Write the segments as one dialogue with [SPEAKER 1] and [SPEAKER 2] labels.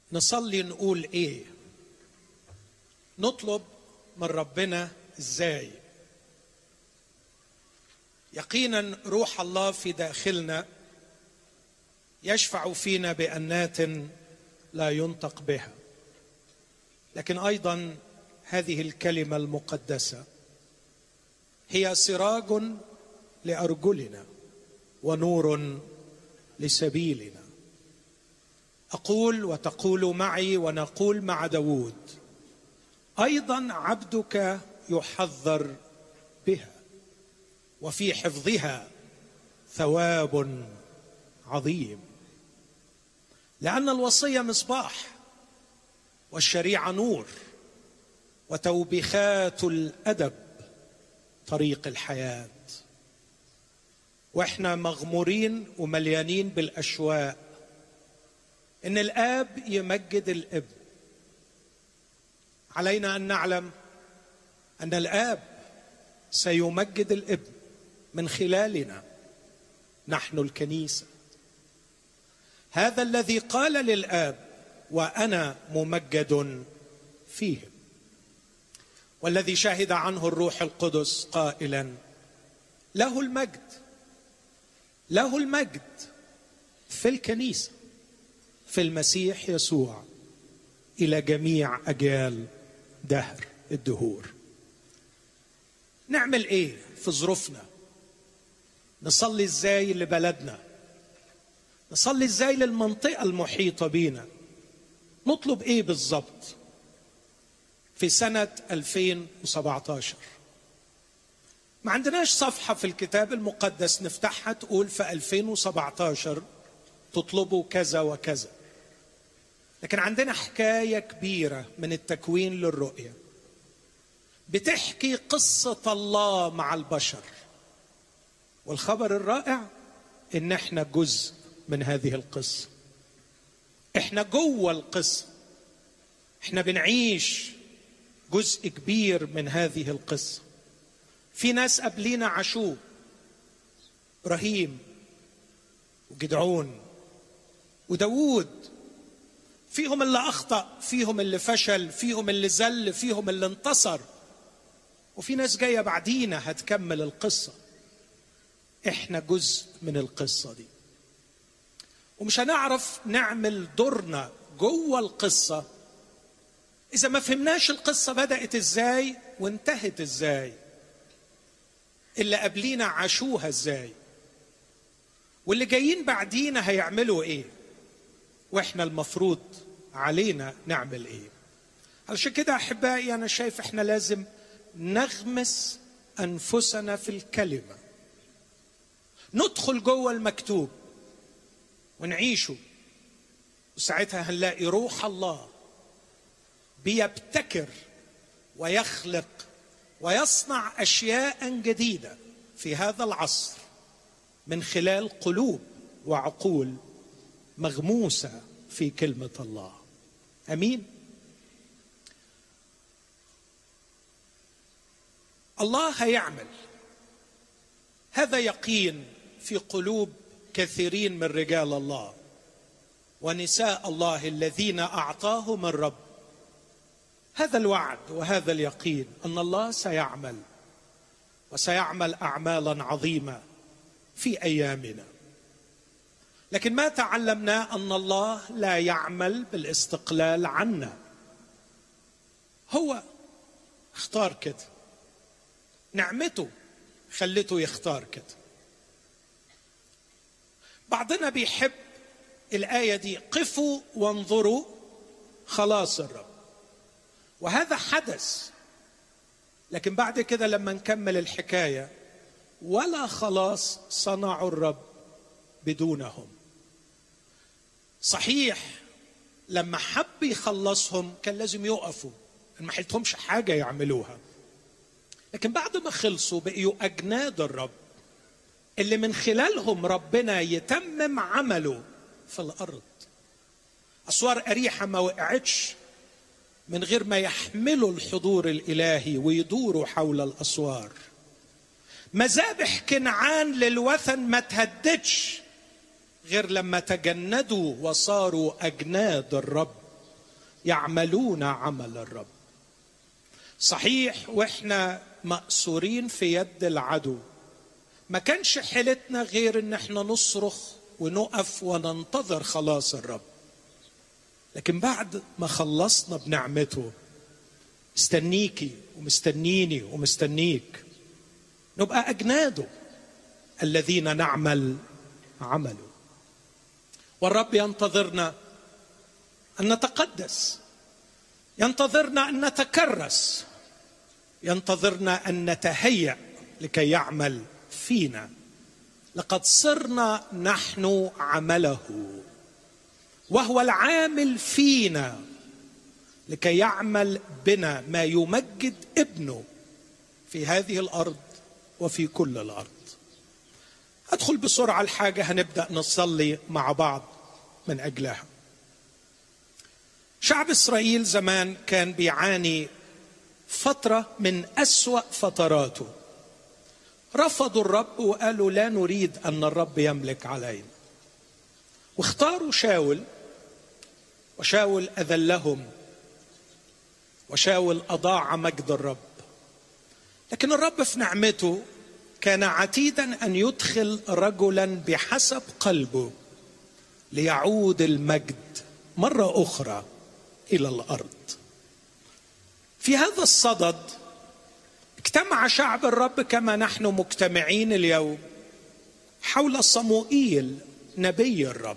[SPEAKER 1] نصلي نقول ايه؟ نطلب من ربنا ازاي؟ يقينا روح الله في داخلنا يشفع فينا بأنات لا ينطق بها، لكن أيضا هذه الكلمة المقدسة هي سراج لأرجلنا ونور لسبيلنا. أقول وتقول معي ونقول مع داود: أيضا عبدك يحذر بها وفي حفظها ثواب عظيم، لأن الوصية مصباح والشريعة نور وتوبيخات الأدب طريق الحياة. وإحنا مغمورين ومليانين بالأشواق إن الآب يمجد الابن. علينا أن نعلم أن الآب سيمجد الابن من خلالنا نحن الكنيسة. هذا الذي قال للآب: وأنا ممجد فيهم، والذي شهد عنه الروح القدس قائلا: له المجد، له المجد في الكنيسة في المسيح يسوع إلى جميع أجيال دهر الدهور. نعمل إيه في ظروفنا؟ نصلي إزاي لبلدنا؟ نصلي إزاي للمنطقة المحيطة بينا؟ نطلب إيه بالضبط في سنة 2017؟ ما عندناش صفحة في الكتاب المقدس نفتحها تقول في 2017 تطلبوا كذا وكذا، لكن عندنا حكاية كبيرة من التكوين للرؤية بتحكي قصة الله مع البشر، والخبر الرائع إن احنا جزء من هذه القصة. احنا جوه القصة، احنا بنعيش جزء كبير من هذه القصة. في ناس قبلينا عاشوه: إبراهيم وجدعون وداود، فيهم اللي أخطأ، فيهم اللي فشل، فيهم اللي زل، فيهم اللي انتصر، وفي ناس جاية بعدينا هتكمل القصة. احنا جزء من القصة دي، ومش هنعرف نعمل دورنا جوه القصة إذا ما فهمناش القصة بدأت إزاي وانتهت إزاي، اللي قبلينا عاشوها إزاي، واللي جايين بعدينا هيعملوا إيه، وإحنا المفروض علينا نعمل إيه. علشان كده أحبائي أنا شايف إحنا لازم نغمس أنفسنا في الكلمة، ندخل جوه المكتوب ونعيشه، وساعتها هنلاقي روح الله بيبتكر ويخلق ويصنع أشياء جديدة في هذا العصر من خلال قلوب وعقول مغموسة في كلمة الله. أمين. الله هيعمل، هذا يقين في قلوب كثيرين من رجال الله ونساء الله الذين أعطاهم الرب هذا الوعد وهذا اليقين أن الله سيعمل، وسيعمل أعمالا عظيمة في أيامنا. لكن ما تعلمنا أن الله لا يعمل بالاستقلال عنا، هو اختار كده، نعمته خلته يختار كده. بعضنا بيحب الآية دي: قفوا وانظروا خلاص الرب، وهذا حدث، لكن بعد كده لما نكمل الحكاية: ولا خلاص صنعوا الرب بدونهم. صحيح لما حب يخلصهم كان لازم يقفوا، ما حلتهمش حاجة يعملوها، لكن بعد ما خلصوا بقيوا أجناد الرب اللي من خلالهم ربنا يتمم عمله في الأرض. أسوار أريحة ما وقعتش من غير ما يحملوا الحضور الإلهي ويدوروا حول الأسوار. مذابح كنعان للوثن ما تهددش غير لما تجندوا وصاروا أجناد الرب يعملون عمل الرب. صحيح واحنا مأسورين في يد العدو ما كانش حيلتنا غير ان احنا نصرخ ونقف وننتظر خلاص الرب، لكن بعد ما خلصنا بنعمته مستنيكي ومستنيني ومستنيك نبقى أجناده الذين نعمل عمله. والرب ينتظرنا أن نتقدس، ينتظرنا أن نتكرس، ينتظرنا أن نتهيأ لكي يعمل فينا. لقد صرنا نحن عمله وهو العامل فينا لكي يعمل بنا ما يمجد ابنه في هذه الأرض وفي كل الأرض. أدخل بسرعة الحاجة هنبدأ نصلي مع بعض من أجلها. شعب إسرائيل زمان كان بيعاني فترة من أسوأ فتراته. رفضوا الرب وقالوا لا نريد أن الرب يملك علينا، واختاروا شاول، وشاول أذلهم، وشاول أضاع مجد الرب. لكن الرب في نعمته كان عتيدا أن يدخل رجلا بحسب قلبه ليعود المجد مرة أخرى إلى الأرض. في هذا الصدد اجتمع شعب الرب كما نحن مجتمعين اليوم حول صموئيل نبي الرب،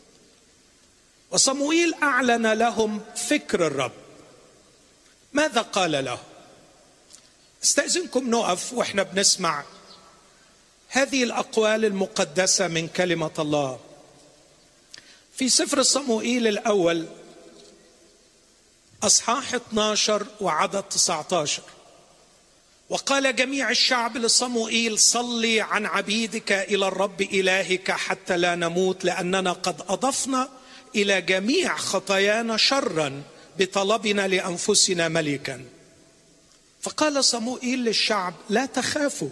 [SPEAKER 1] وصموئيل أعلن لهم فكر الرب. ماذا قال له؟ استأذنكم نقف وإحنا بنسمع هذه الأقوال المقدسة من كلمة الله في سفر صموئيل الأول أصحاح 12 وعدد 19. وقال جميع الشعب لصموئيل صلي عن عبيدك إلى الرب إلهك حتى لا نموت، لأننا قد أضفنا إلى جميع خطايانا شرا بطلبنا لأنفسنا ملكا. فقال صموئيل للشعب لا تخافوا،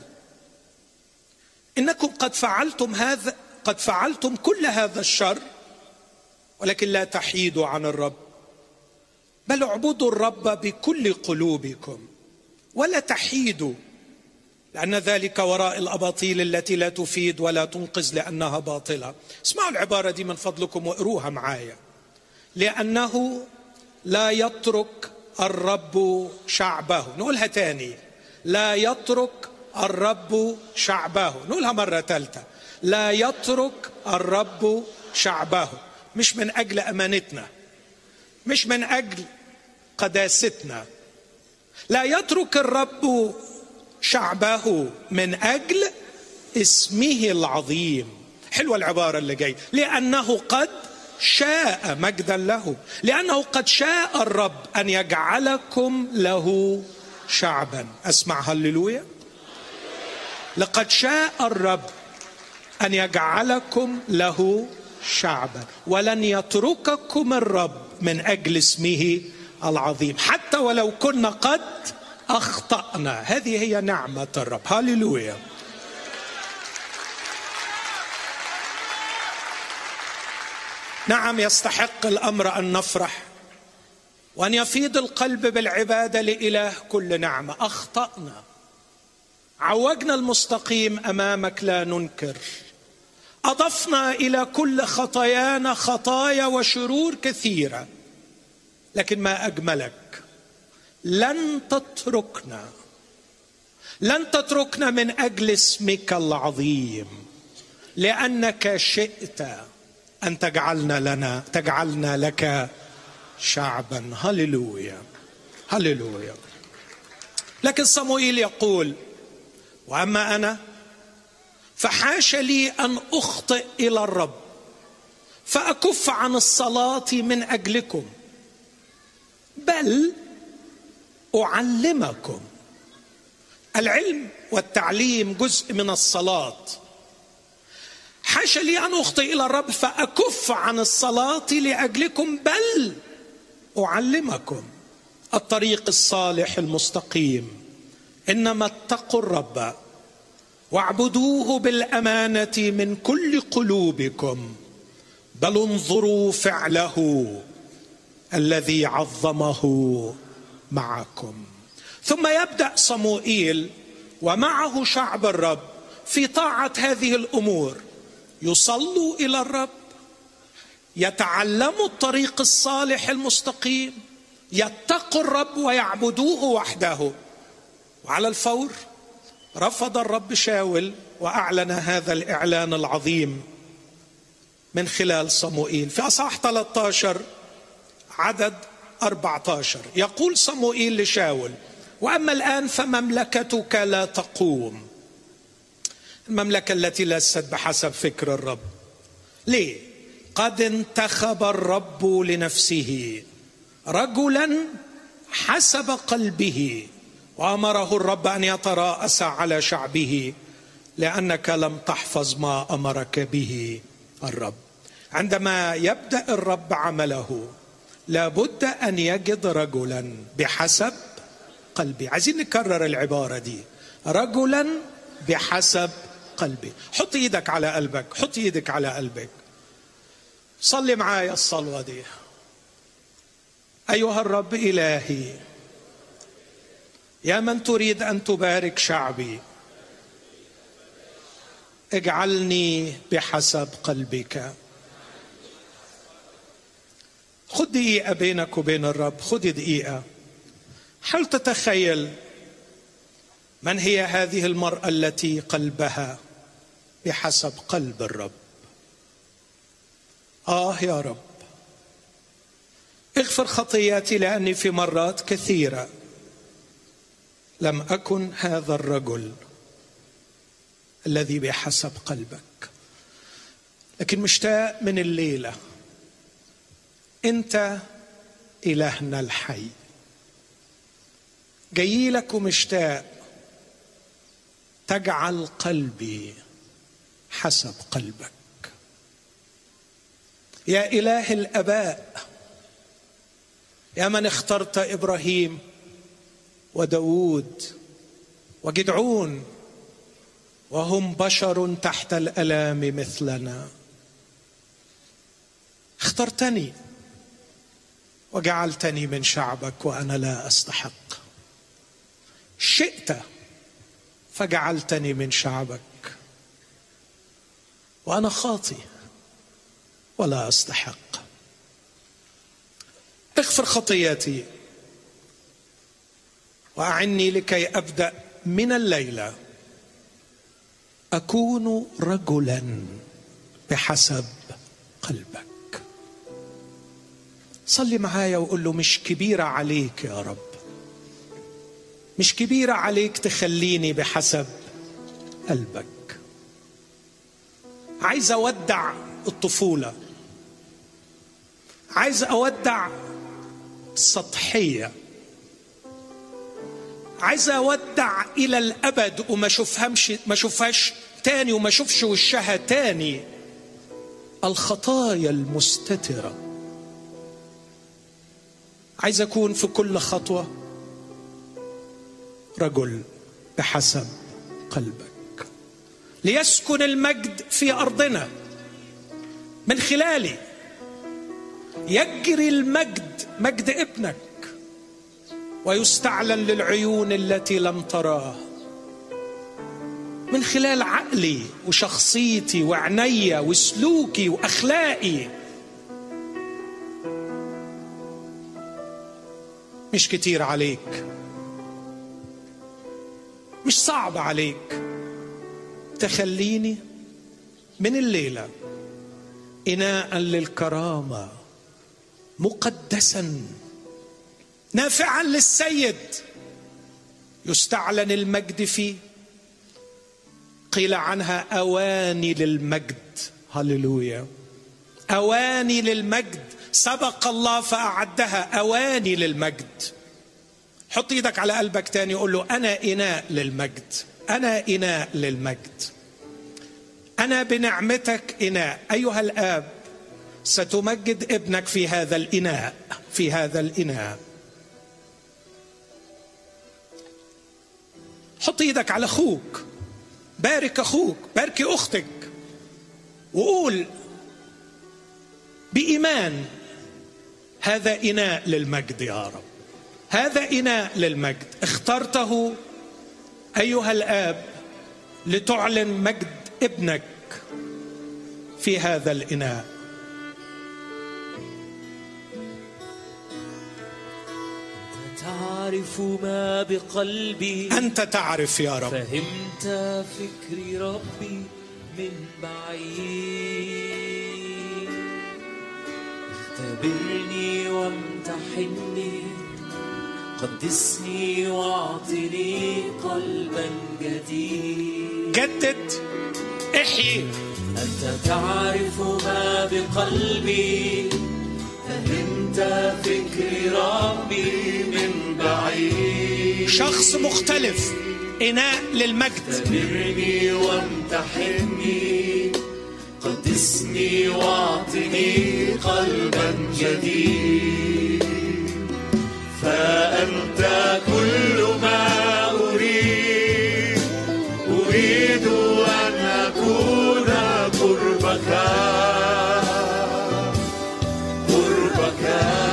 [SPEAKER 1] إنكم قد فعلتم كل هذا الشر، ولكن لا تحيدوا عن الرب، بل اعبدوا الرب بكل قلوبكم ولا تحيدوا، لأن ذلك وراء الأباطيل التي لا تفيد ولا تنقذ لأنها باطلة. اسمعوا العبارة دي من فضلكم واقروها معايا. لأنه لا يترك الرب شعبه. نقولها تاني، لا يترك الرب شعبه. نقولها مرة ثالثة، لا يترك الرب شعبه. مش من أجل أمانتنا، مش من أجل قداستنا، لا يترك الرب شعبه من أجل اسمه العظيم. حلوة العبارة اللي جاي، لأنه قد شاء، مجدا له، لأنه قد شاء الرب أن يجعلكم له شعبا. أسمع هللويا. لقد شاء الرب أن يجعلكم له شعبا، ولن يترككم الرب من أجل اسمه العظيم حتى ولو كنا قد أخطأنا. هذه هي نعمة الرب. هللويا. نعم، يستحق الأمر أن نفرح وأن يفيض القلب بالعبادة لإله كل نعمة. أخطأنا، عوجنا المستقيم أمامك لا ننكر، أضفنا إلى كل خطايانا خطايا وشرور كثيرة، لكن ما أجملك، لن تتركنا من أجل اسمك العظيم، لأنك شئت أن تجعلنا لك شعبا. هللويا هللويا. لكن صموئيل يقول وأما أنا فحاش لي أن أخطئ إلى الرب فأكف عن الصلاة من أجلكم، بل أعلمكم. العلم والتعليم جزء من الصلاة. حاش لي أن أخطئ إلى الرب فأكف عن الصلاة لأجلكم، بل أعلمكم الطريق الصالح المستقيم. إنما اتقوا الرب واعبدوه بالأمانة من كل قلوبكم، بل انظروا فعله الذي عظمه معكم. ثم يبدأ صموئيل ومعه شعب الرب في طاعة هذه الأمور، يصلوا إلى الرب، يتعلموا الطريق الصالح المستقيم، يتقوا الرب ويعبدوه وحده. وعلى الفور رفض الرب شاول وأعلن هذا الإعلان العظيم من خلال صموئيل. في أصحاح 13 عدد 14 يقول صموئيل لشاول: وأما الآن فمملكتك لا تقوم. المملكة التي ليست بحسب فكر الرب. ليه؟ قد انتخب الرب لنفسه رجلا حسب قلبه، وأمره الرب أن يتراءس على شعبه، لأنك لم تحفظ ما أمرك به الرب. عندما يبدأ الرب عمله لابد أن يجد رجلا بحسب قلبي. عايزين نكرر العبارة دي: رجلا بحسب قلبي. حط ايدك على قلبك، حط ايدك على قلبك، صلي معايا الصلوة دي. أيها الرب إلهي، يا من تريد أن تبارك شعبي، اجعلني بحسب قلبك. خد دقيقة بينك وبين الرب، خد دقيقة، حاول تتخيل من هي هذه المرأة التي قلبها بحسب قلب الرب. يا رب، اغفر خطياتي، لأني في مرات كثيرة لم أكن هذا الرجل الذي بحسب قلبك. لكن مشتاق من الليلة، أنت إلهنا الحي، جاي لك ومشتاق تجعل قلبي حسب قلبك. يا إله الآباء، يا من اخترت إبراهيم وداود وجدعون وهم بشر تحت الآلام مثلنا، اخترتني وجعلتني من شعبك وأنا لا أستحق. شئت فجعلتني من شعبك وأنا خاطئ ولا أستحق. اغفر خطياتي وأعني لكي أبدأ من الليلة أكون رجلا بحسب قلبك. صلي معايا وقول له: مش كبيرة عليك يا رب، مش كبيرة عليك تخليني بحسب قلبك. عايز أودع الطفولة، عايز أودع السطحية، عايز أودع إلى الأبد وما شوفهاش تاني وما شوفش وشها تاني الخطايا المستترة. عايز أكون في كل خطوة رجل بحسب قلبك، ليسكن المجد في أرضنا من خلالي، يجري المجد، مجد ابنك، ويستعلن للعيون التي لم تراه من خلال عقلي وشخصيتي وعناية وسلوكي وأخلاقي. مش كتير عليك، مش صعب عليك تخليني من الليلة إناء للكرامة، مقدسا نافعا للسيد، يستعلن المجد فيه. قيل عنها أواني للمجد. هللويا، أواني للمجد، سبق الله فأعدها أواني للمجد. حط ايدك على قلبك تاني، قول له: أنا إناء للمجد، أنا إناء للمجد، أنا بنعمتك إناء. أيها الآب، ستمجد ابنك في هذا الإناء، في هذا الإناء. حط ايدك على أخوك، بارك أخوك، بارك أختك، وقول بإيمان: هذا إناء للمجد يا رب، هذا إناء للمجد. اخترته أيها الآب لتعلن مجد ابنك في هذا الإناء.
[SPEAKER 2] تعرف ما بقلبي،
[SPEAKER 1] أنت تعرف يا رب.
[SPEAKER 2] فهمت فكري ربي من بعيد. اختبرني وامتحني، قدسني واعطني قلبا جديد.
[SPEAKER 1] جدد، احيي.
[SPEAKER 2] أنت تعرف ما بقلبي، فهمت فكري ربي من بعيد.
[SPEAKER 1] شخص مختلف، إناء للمجد.
[SPEAKER 2] اختبرني وامتحني، قدسني واعطني قلبا جديد. فأنت كل ما أريد، أريد أن أكون قربك، قربك.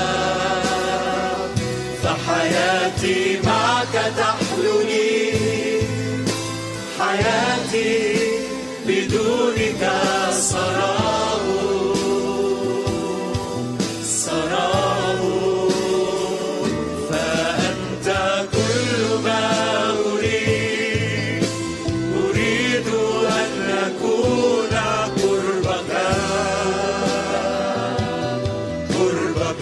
[SPEAKER 2] فحياتي معك تحلوني، حياتي بدونك سراب، سراب. فأنت كل ما أريد، أريد أن أكون قربك، قربك.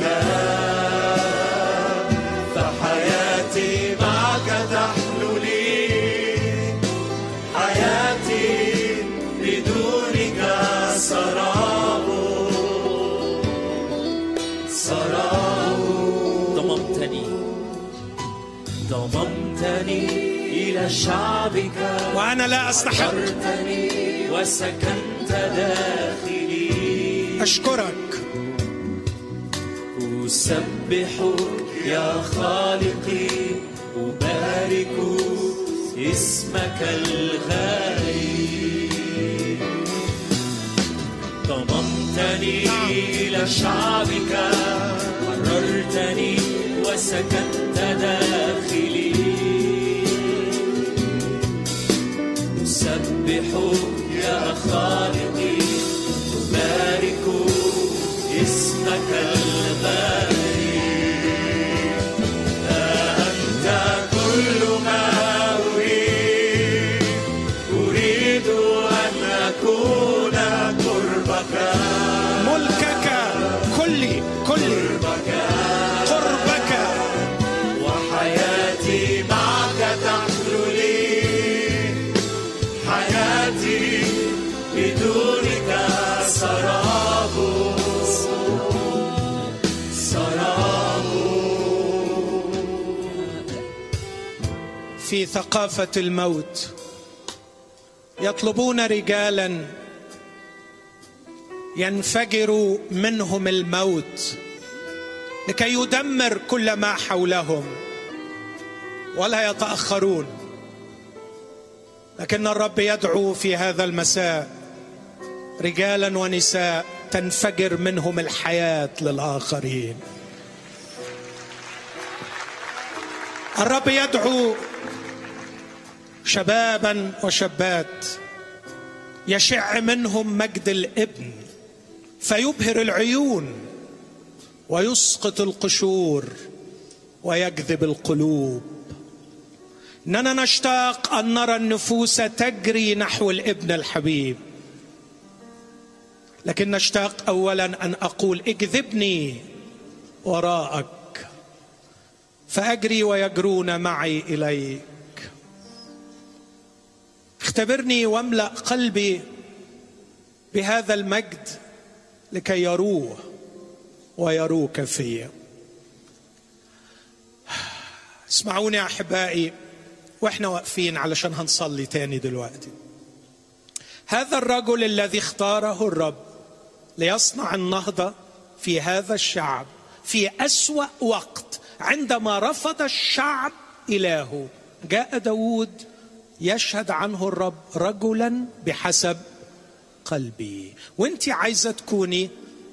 [SPEAKER 2] فحياتي معك تحلوني، حياتي بدونك سراب، سراب. ضممتني إلى شعبك،
[SPEAKER 1] وأنا لا أستحق،
[SPEAKER 2] وسكنت داخلي.
[SPEAKER 1] أشكرك،
[SPEAKER 2] أسبحك يا خالقي، أبارك اسمك الغالي. ضممتني إلى شعبك، حررتني وسكنت داخلي. أسبحك يا خالقي، أبارك اسمك الغالي. أنت كل ما أريد، أريد أن أكون قربك،
[SPEAKER 1] ملكك كلي، كلي قربك.
[SPEAKER 2] وحياتي معك تحلولي، حياتي بدونك سراب، سراب.
[SPEAKER 1] في ثقافة الموت يطلبون رجالا ينفجر منهم الموت لكي يدمر كل ما حولهم، ولا يتأخرون. لكن الرب يدعو في هذا المساء رجالا ونساء تنفجر منهم الحياة للآخرين. الرب يدعو شبابا وشابات يشع منهم مجد الابن فيبهر العيون ويسقط القشور ويجذب القلوب. إننا نشتاق أن نرى النفوس تجري نحو الابن الحبيب، لكن نشتاق أولا أن أقول اجذبني وراءك فأجري ويجرون معي إليك. اختبرني واملأ قلبي بهذا المجد لكي يروه ويروك فيه. اسمعوني يا أحبائي واحنا واقفين علشان هنصلي تاني دلوقتي. هذا الرجل الذي اختاره الرب ليصنع النهضة في هذا الشعب في أسوأ وقت، عندما رفض الشعب إلهه، جاء داود يشهد عنه الرب رجلا بحسب قلبي. وانت عايزة تكوني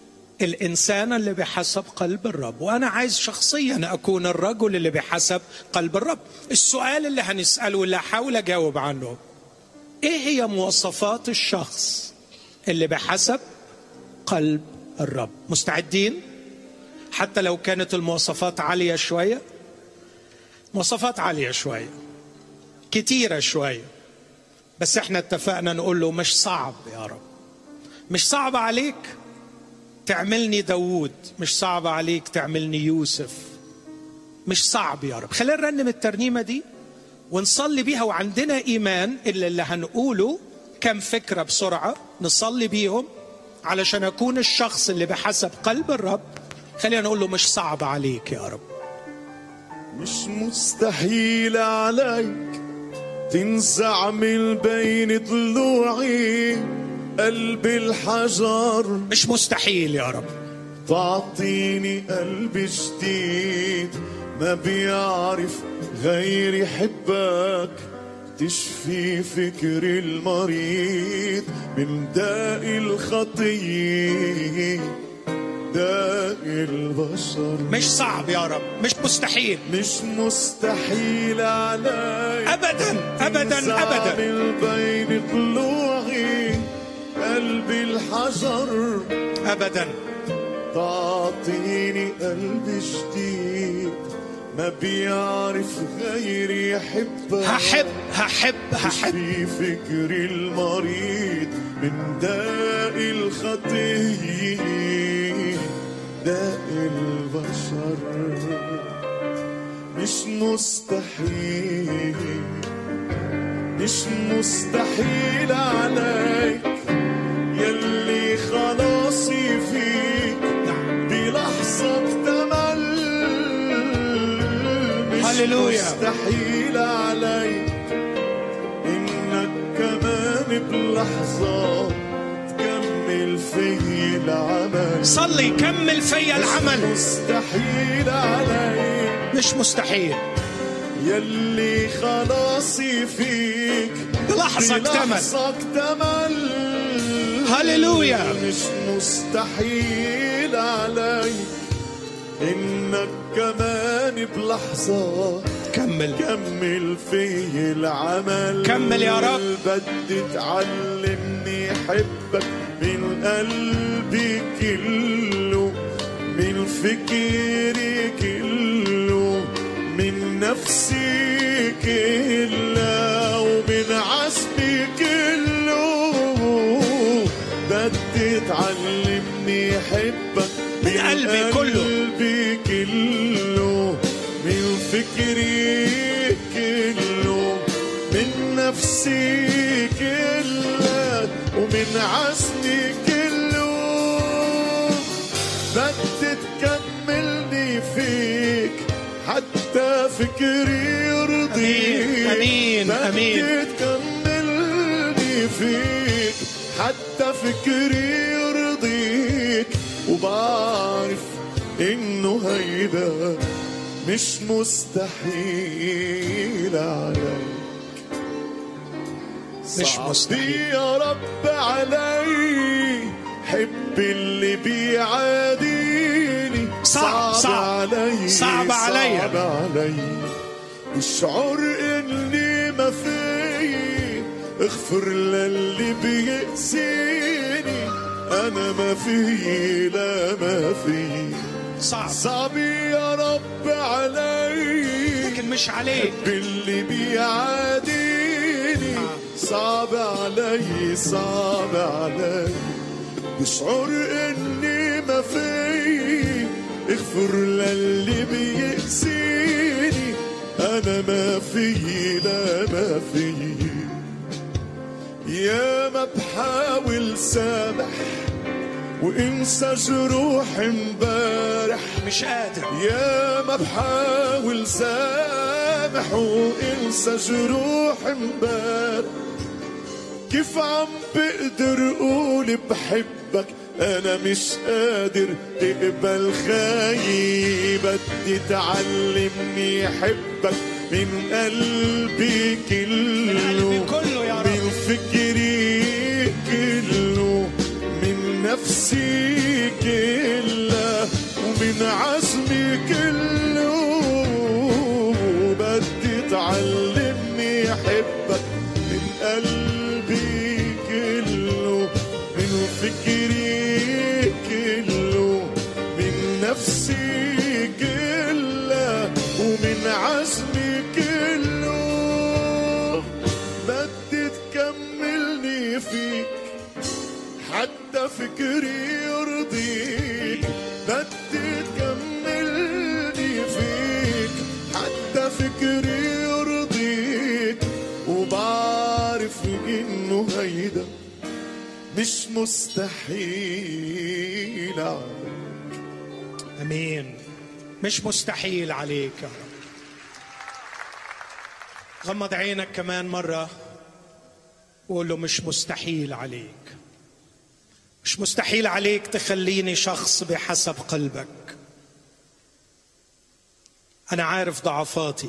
[SPEAKER 1] الإنسان اللي بحسب قلب الرب، وأنا عايز شخصيا أكون الرجل اللي بحسب قلب الرب. السؤال اللي هنسأله اللي هحاول أجاوب عنه، إيه هي مواصفات الشخص اللي بحسب قلب الرب؟ مستعدين؟ حتى لو كانت المواصفات عالية شوية، مواصفات عالية شوية، كتيرة شوية، بس احنا اتفقنا نقول له مش صعب يا رب، مش صعب عليك تعملني داوود، مش صعب عليك تعملني يوسف، مش صعب يا رب. خلينا نرنم الترنيمة دي ونصلي بيها، وعندنا إيمان اللي هنقوله كم فكرة بسرعة نصلي بيهم علشان أكون الشخص اللي بحسب قلب الرب. خلينا نقول له مش صعب عليك يا رب.
[SPEAKER 3] مش مستحيل عليك تنزع من بين ضلوعي قلب الحجر،
[SPEAKER 1] مش مستحيل يا رب
[SPEAKER 3] تعطيني قلب جديد ما بيعرف غير يحبك، تشفي فكر المريض من داء الخطية داء البشر.
[SPEAKER 1] مش صعب يا رب، مش مستحيل،
[SPEAKER 3] مش مستحيل عليك
[SPEAKER 1] أبدا أبدا أبدا
[SPEAKER 3] من بين ضلوعي قلب الحجر،
[SPEAKER 1] أبدا
[SPEAKER 3] تعطيني قلب جديد ما بيعرف غير يحبك،
[SPEAKER 1] هحب
[SPEAKER 3] في فكر المريض من داء الخطية داء البشر. مش مستحيل، مش مستحيل عليك يلي خلاصي فيك بلحظة تمل. مش مستحيل عليك إنك كمان بلحظة تكمل في العمل.
[SPEAKER 1] صلي كمل في العمل.
[SPEAKER 3] مش مستحيل عليك،
[SPEAKER 1] مش مستحيل
[SPEAKER 3] يلي خلاصي فيك
[SPEAKER 1] بلحظة
[SPEAKER 3] اكتمل.
[SPEAKER 1] هللويا.
[SPEAKER 3] مش مستحيل عليك إنك كمان بلحظة كمل في العمل.
[SPEAKER 1] كمل يا رب.
[SPEAKER 3] بدي تعلمني حبك من قلبي كله، من فكري كله، من نفسي كله، ومن عزمي كله. بدي تعلمني حبك
[SPEAKER 1] من قلبي كله،
[SPEAKER 3] من فكري كله، من نفسي كله، ومن عزمي كله. بدي تكملني فيك حتى فكري يرضيك.
[SPEAKER 1] أمين أمين.
[SPEAKER 3] بدي تكملني فيك حتى فكري يرضيك، وبعرف إنه هيدا مش مستحيل عليك.
[SPEAKER 1] مش مستحيل
[SPEAKER 3] يا رب علي حب اللي بيعاديني.
[SPEAKER 1] صعب علي، صعب علي
[SPEAKER 3] اشعر اني ما في، اغفر للي بيأذيني. انا ما في، لا ما في. صعب يا رب علي
[SPEAKER 1] لكن مش عليك.
[SPEAKER 3] حب اللي بيعاديني. صعب علي، صعب علي. بشعر اني ما في، اغفر للي بيأذيني. انا ما في، لا ما في. يا ما بحاول سامح وانسى جروح امبارح،
[SPEAKER 1] مش قادر.
[SPEAKER 3] يا ما بحاول سامح وانسى جروح امبارح. كيف عم بقدر اقول بحبك انا مش قادر اقبل خايب. بدي تعلمني حبك من قلبي كله، من فكري كله، من نفسي كله ومن عزمي كله بدي تعلمني أحبك من قلبي كله، من فكري كله، من نفسي كله ومن عزمي كله. بدي تكملني فيك حتى فكري يرضيك، بدي تكملني فيك حتى فكري يرضيك، وبعرف إنه هيدا مش مستحيل عليك.
[SPEAKER 1] أمين. مش مستحيل عليك يا رب. غمض عينك كمان مرة وقول له مش مستحيل عليك. مش مستحيل عليك تخليني شخص بحسب قلبك. أنا عارف ضعفاتي،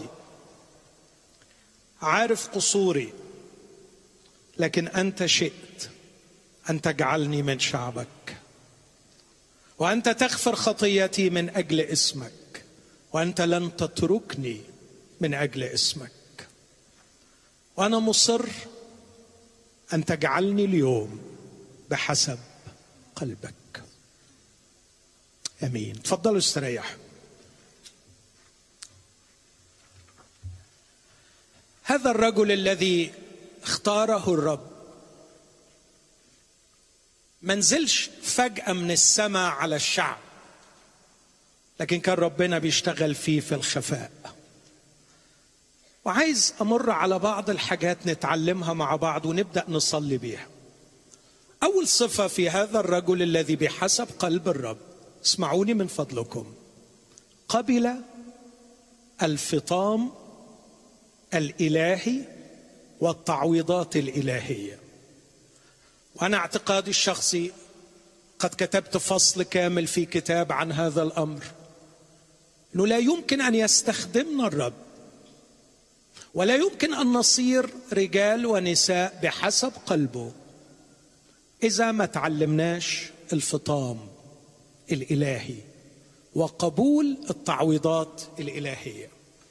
[SPEAKER 1] عارف قصوري، لكن أنت شئت أن تجعلني من شعبك، وأنت تغفر خطيتي من أجل اسمك، وأنت لن تتركني من أجل اسمك. وأنا مصر أن تجعلني اليوم بحسب قلبك. امين. تفضلوا استريحوا. هذا الرجل الذي اختاره الرب ما نزلش فجأة من السماء على الشعب، لكن كان ربنا بيشتغل فيه في الخفاء. وعايز أمر على بعض الحاجات نتعلمها مع بعض ونبدأ نصلي بيها. أول صفة في هذا الرجل الذي بحسب قلب الرب، اسمعوني من فضلكم، قبل الفطام الإلهي والتعويضات الإلهية. وأنا اعتقادي الشخصي قد كتبت فصل كامل في كتاب عن هذا الأمر، أنه لا يمكن أن يستخدمنا الرب، ولا يمكن أن نصير رجال ونساء بحسب قلبه إذا ما تعلمناش الفطام الإلهي وقبول التعويضات الإلهية.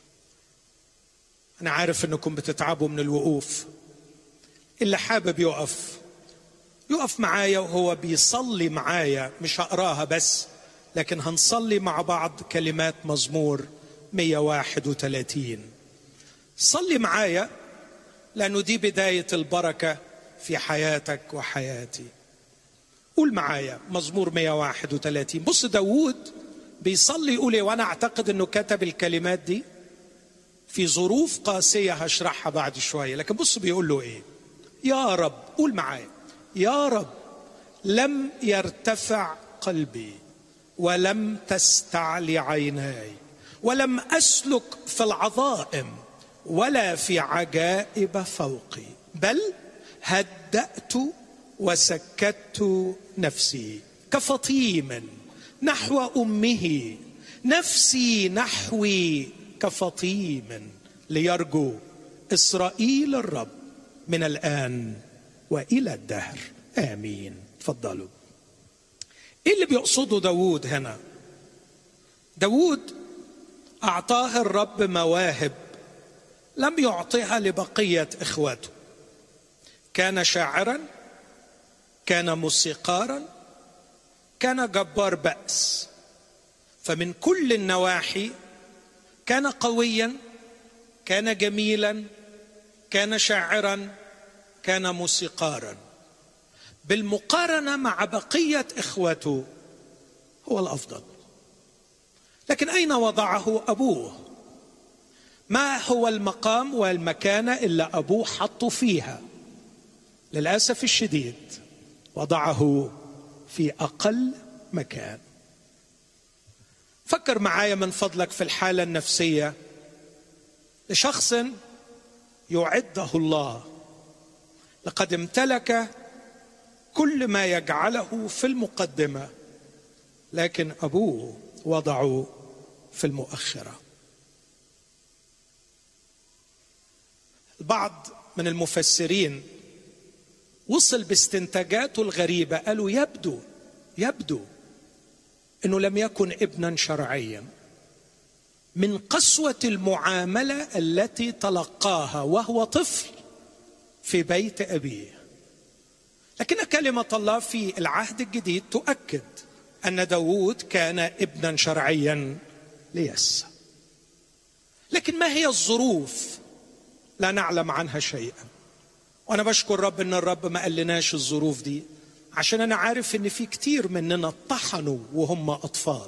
[SPEAKER 1] أنا عارف أنكم بتتعبوا من الوقوف. اللي حابب يقف معايا وهو بيصلي معايا، مش هقراها بس، لكن هنصلي مع بعض كلمات مزمور 131. صلي معايا لأنه دي بداية البركة في حياتك وحياتي. قول معايا مزمور 131. بص داود بيصلي يقول ايه، وانا اعتقد انه كتب الكلمات دي في ظروف قاسية هشرحها بعد شوية، لكن بص بيقول له ايه. يا رب، قول معايا، يا رب لم يرتفع قلبي ولم تستعلي عيناي ولم أسلك في العظائم ولا في عجائب فوقي، بل هدأت وسكت نفسي كفطيم نحو أمه، نفسي نحوي كفطيم، ليرجو إسرائيل الرب من الآن وإلى الدهر. آمين. تفضلوا. إيه اللي بيقصده داود هنا؟ داود أعطاه الرب مواهب لم يعطيها لبقية إخواته. كان شاعرا، كان موسيقارا، كان جبار بأس، فمن كل النواحي كان قويا، كان جميلا، كان شاعرا، كان موسيقارا. بالمقارنة مع بقية إخوته هو الأفضل. لكن أين وضعه أبوه؟ ما هو المقام والمكانة إلا أبوه حطه فيها؟ للأسف الشديد وضعه في أقل مكان. فكر معايا من فضلك في الحالة النفسية لشخص يعده الله، لقد امتلك كل ما يجعله في المقدمة، لكن أبوه وضعه في المؤخرة. البعض من المفسرين وصل باستنتاجاته الغريبة، قالوا يبدو أنه لم يكن ابنا شرعيا من قسوة المعاملة التي تلقاها وهو طفل في بيت أبيه. لكن كلمة الله في العهد الجديد تؤكد أن داود كان ابنا شرعيا ليسى. لكن ما هي الظروف؟ لا نعلم عنها شيئا. وأنا بشكر رب أن الرب ما قالناش الظروف دي، عشان أنا عارف أن في كتير مننا اتطحنوا وهم أطفال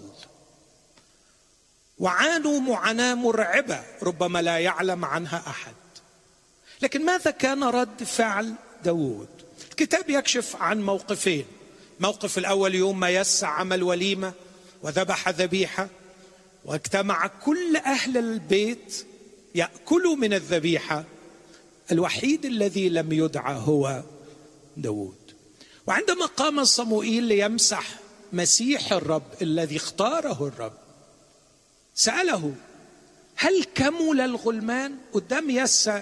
[SPEAKER 1] وعانوا معاناة مرعبة ربما لا يعلم عنها أحد. لكن ماذا كان رد فعل داود؟ الكتاب يكشف عن موقفين. موقف الأول يوم ما يسى عمل وليمة وذبح ذبيحة، واجتمع كل أهل البيت يأكلوا من الذبيحة. الوحيد الذي لم يدعى هو داود. وعندما قام صموئيل ليمسح مسيح الرب الذي اختاره الرب، سأله هل كمل الغلمان قدام يسى؟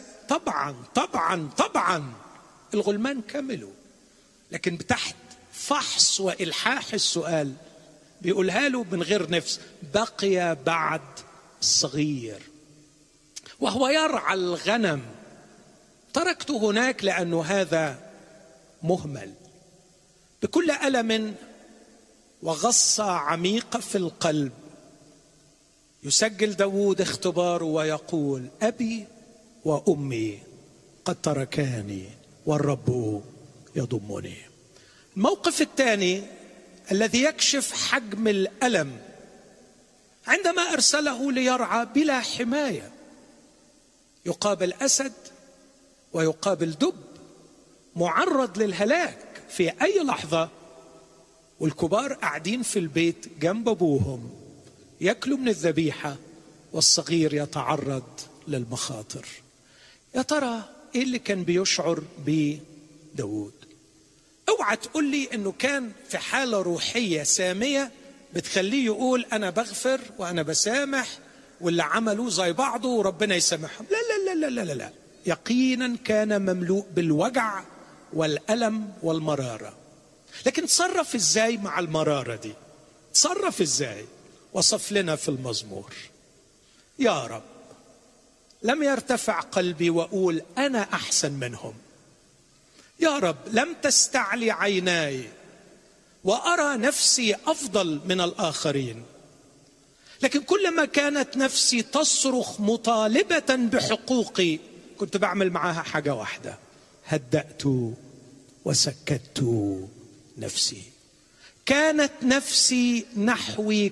[SPEAKER 1] طبعا الغلمان كملوا. لكن تحت فحص وإلحاح السؤال بيقولها له من غير نفس: بقي بعد الصغير وهو يرعى الغنم، تركته هناك لأنه هذا مهمل. بكل ألم وغصة عميقة في القلب يسجل داود اختباره ويقول: أبي وأمي قد تركاني والرب يضمني. الموقف الثاني الذي يكشف حجم الألم عندما أرسله ليرعى بلا حماية، يقابل أسد ويقابل دب، معرض للهلاك في أي لحظة، والكبار قاعدين في البيت جنب أبوهم يأكلوا من الذبيحة والصغير يتعرض للمخاطر. يا ترى إيه اللي كان بيشعر به داود؟ اوعى تقول لي انه كان في حالة روحية سامية بتخليه يقول انا بغفر وانا بسامح واللي عملوه زي بعضه وربنا يسامحهم. لا لا لا لا لا لا، يقينا كان مملوء بالوجع والألم والمرارة. لكن تصرف ازاي مع المرارة دي؟ تصرف ازاي؟ وصف لنا في المزمور: يا رب لم يرتفع قلبي وأقول أنا أحسن منهم. يا رب لم تستعلي عيناي وأرى نفسي أفضل من الآخرين، لكن كلما كانت نفسي تصرخ مطالبة بحقوقي كنت بعمل معها حاجة واحدة: هدأت وسكت نفسي. كانت نفسي نحوي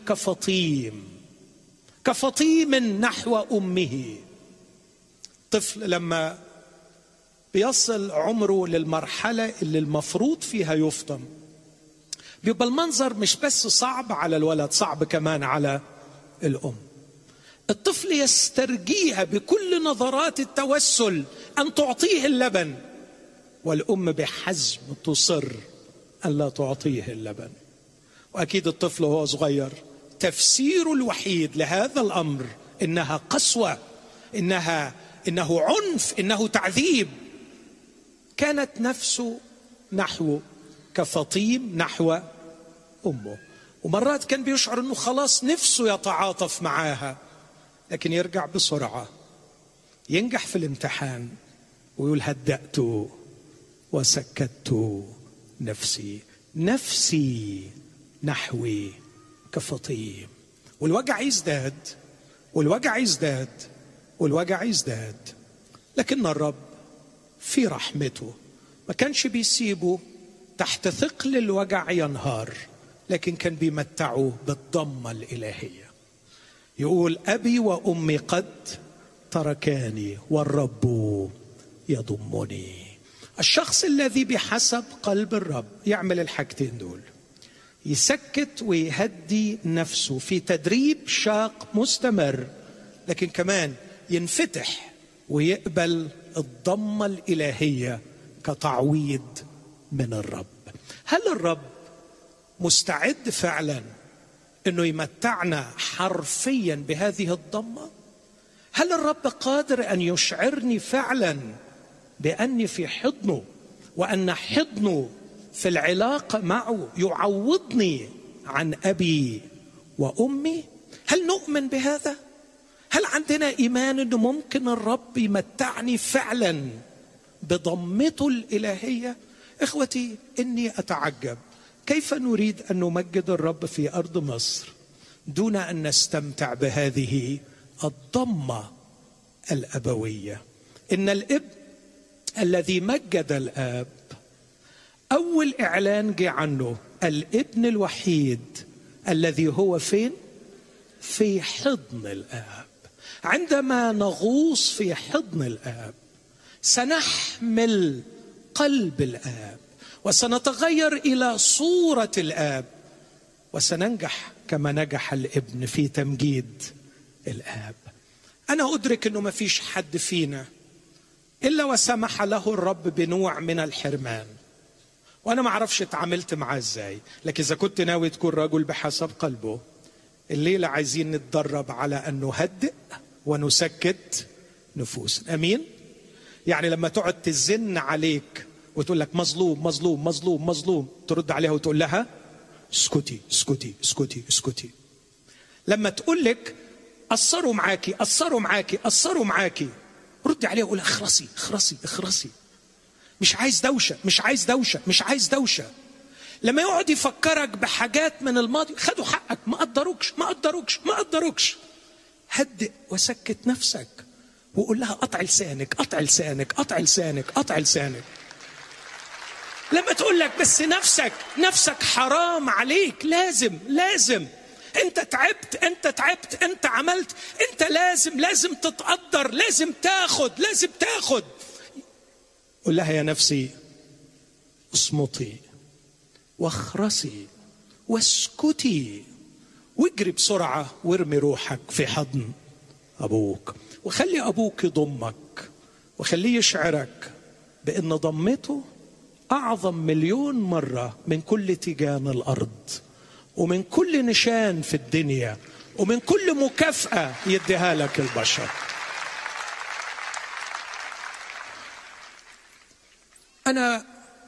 [SPEAKER 1] كفطيم نحو أمه. طفل لما بيصل عمره للمرحلة اللي المفروض فيها يفطم بيبقى المنظر مش بس صعب على الولد، صعب كمان على الأم. الطفل يسترجيها بكل نظرات التوسل أن تعطيه اللبن، والأم بحزم تصر أن لا تعطيه اللبن. وأكيد الطفل وهو صغير تفسيره الوحيد لهذا الأمر إنها قسوة، إنه عنف، إنه تعذيب. كانت نفسه نحو كفطيم نحو أمه. ومرات كان بيشعر أنه خلاص نفسه يتعاطف معاها، لكن يرجع بسرعة ينجح في الامتحان ويقول: هدأت وسكت نفسي نحوي كفطيم. والوجع يزداد. لكن الرب في رحمته ما كانش بيسيبه تحت ثقل الوجع ينهار، لكن كان بيمتعه بالضمة الإلهية. يقول: أبي وأمي قد تركاني والرب يضمني. الشخص الذي بحسب قلب الرب يعمل الحاجتين دول: يسكت ويهدي نفسه في تدريب شاق مستمر، لكن كمان ينفتح ويقبل الضمة الإلهية كتعويض من الرب. هل الرب مستعد فعلا أنه يمتعنا حرفيا بهذه الضمة؟ هل الرب قادر أن يشعرني فعلا بأني في حضنه، وأن حضنه في العلاقة معه يعوضني عن أبي وأمي. هل نؤمن بهذا؟ هل عندنا إيمان أنه ممكن الرب يمتعني فعلا بضمته الإلهية؟ إخوتي، إني أتعجب كيف نريد أن نمجد الرب في أرض مصر دون أن نستمتع بهذه الضمة الأبوية. إن الابن الذي مجد الآب أول إعلان جه عنه الابن الوحيد الذي هو فين؟ في حضن الآب. عندما نغوص في حضن الآب سنحمل قلب الآب وسنتغير إلى صورة الآب، وسننجح كما نجح الابن في تمجيد الآب. أنا أدرك أنه ما فيش حد فينا إلا وسمح له الرب بنوع من الحرمان، وأنا ما أعرفش اتعاملت معاه إزاي، لكن إذا كنت ناوي تكون رجل بحسب قلبه، الليلة عايزين نتدرب على أن نهدئ ونسكت نفوس. أمين؟ يعني لما تقعد تزن عليك وتقول لك مظلوم مظلوم مظلوم مظلوم، ترد عليها وتقول لها اسكتي اسكتي اسكتي اسكتي. لما تقول لك قصروا معاكي قصروا معاكي قصروا معاكي، رد عليها وقول اخرسي اخرسي اخرسي، مش عايز دوشة مش عايز دوشة مش عايز دوشة. لما يقعد يفكرك بحاجات من الماضي، خدوا حقك، ما قدروكش ما قدروكش ما قدروكش، هدئ وسكت نفسك وقول لها قطع لسانك قطع لسانك قطع لسانك قطع لسانك. لما تقول لك بس نفسك حرام عليك، لازم انت تعبت انت عملت، انت لازم تتقدر، لازم تاخد. قول لها يا نفسي اصمتي واخرسي واسكتي واجري بسرعة وارمي روحك في حضن أبوك، وخلي أبوك يضمك وخليه يشعرك بأن ضمته أعظم 1,000,000 مرة من كل تيجان الأرض ومن كل نشان في الدنيا ومن كل مكافأة يديها لك البشر. أنا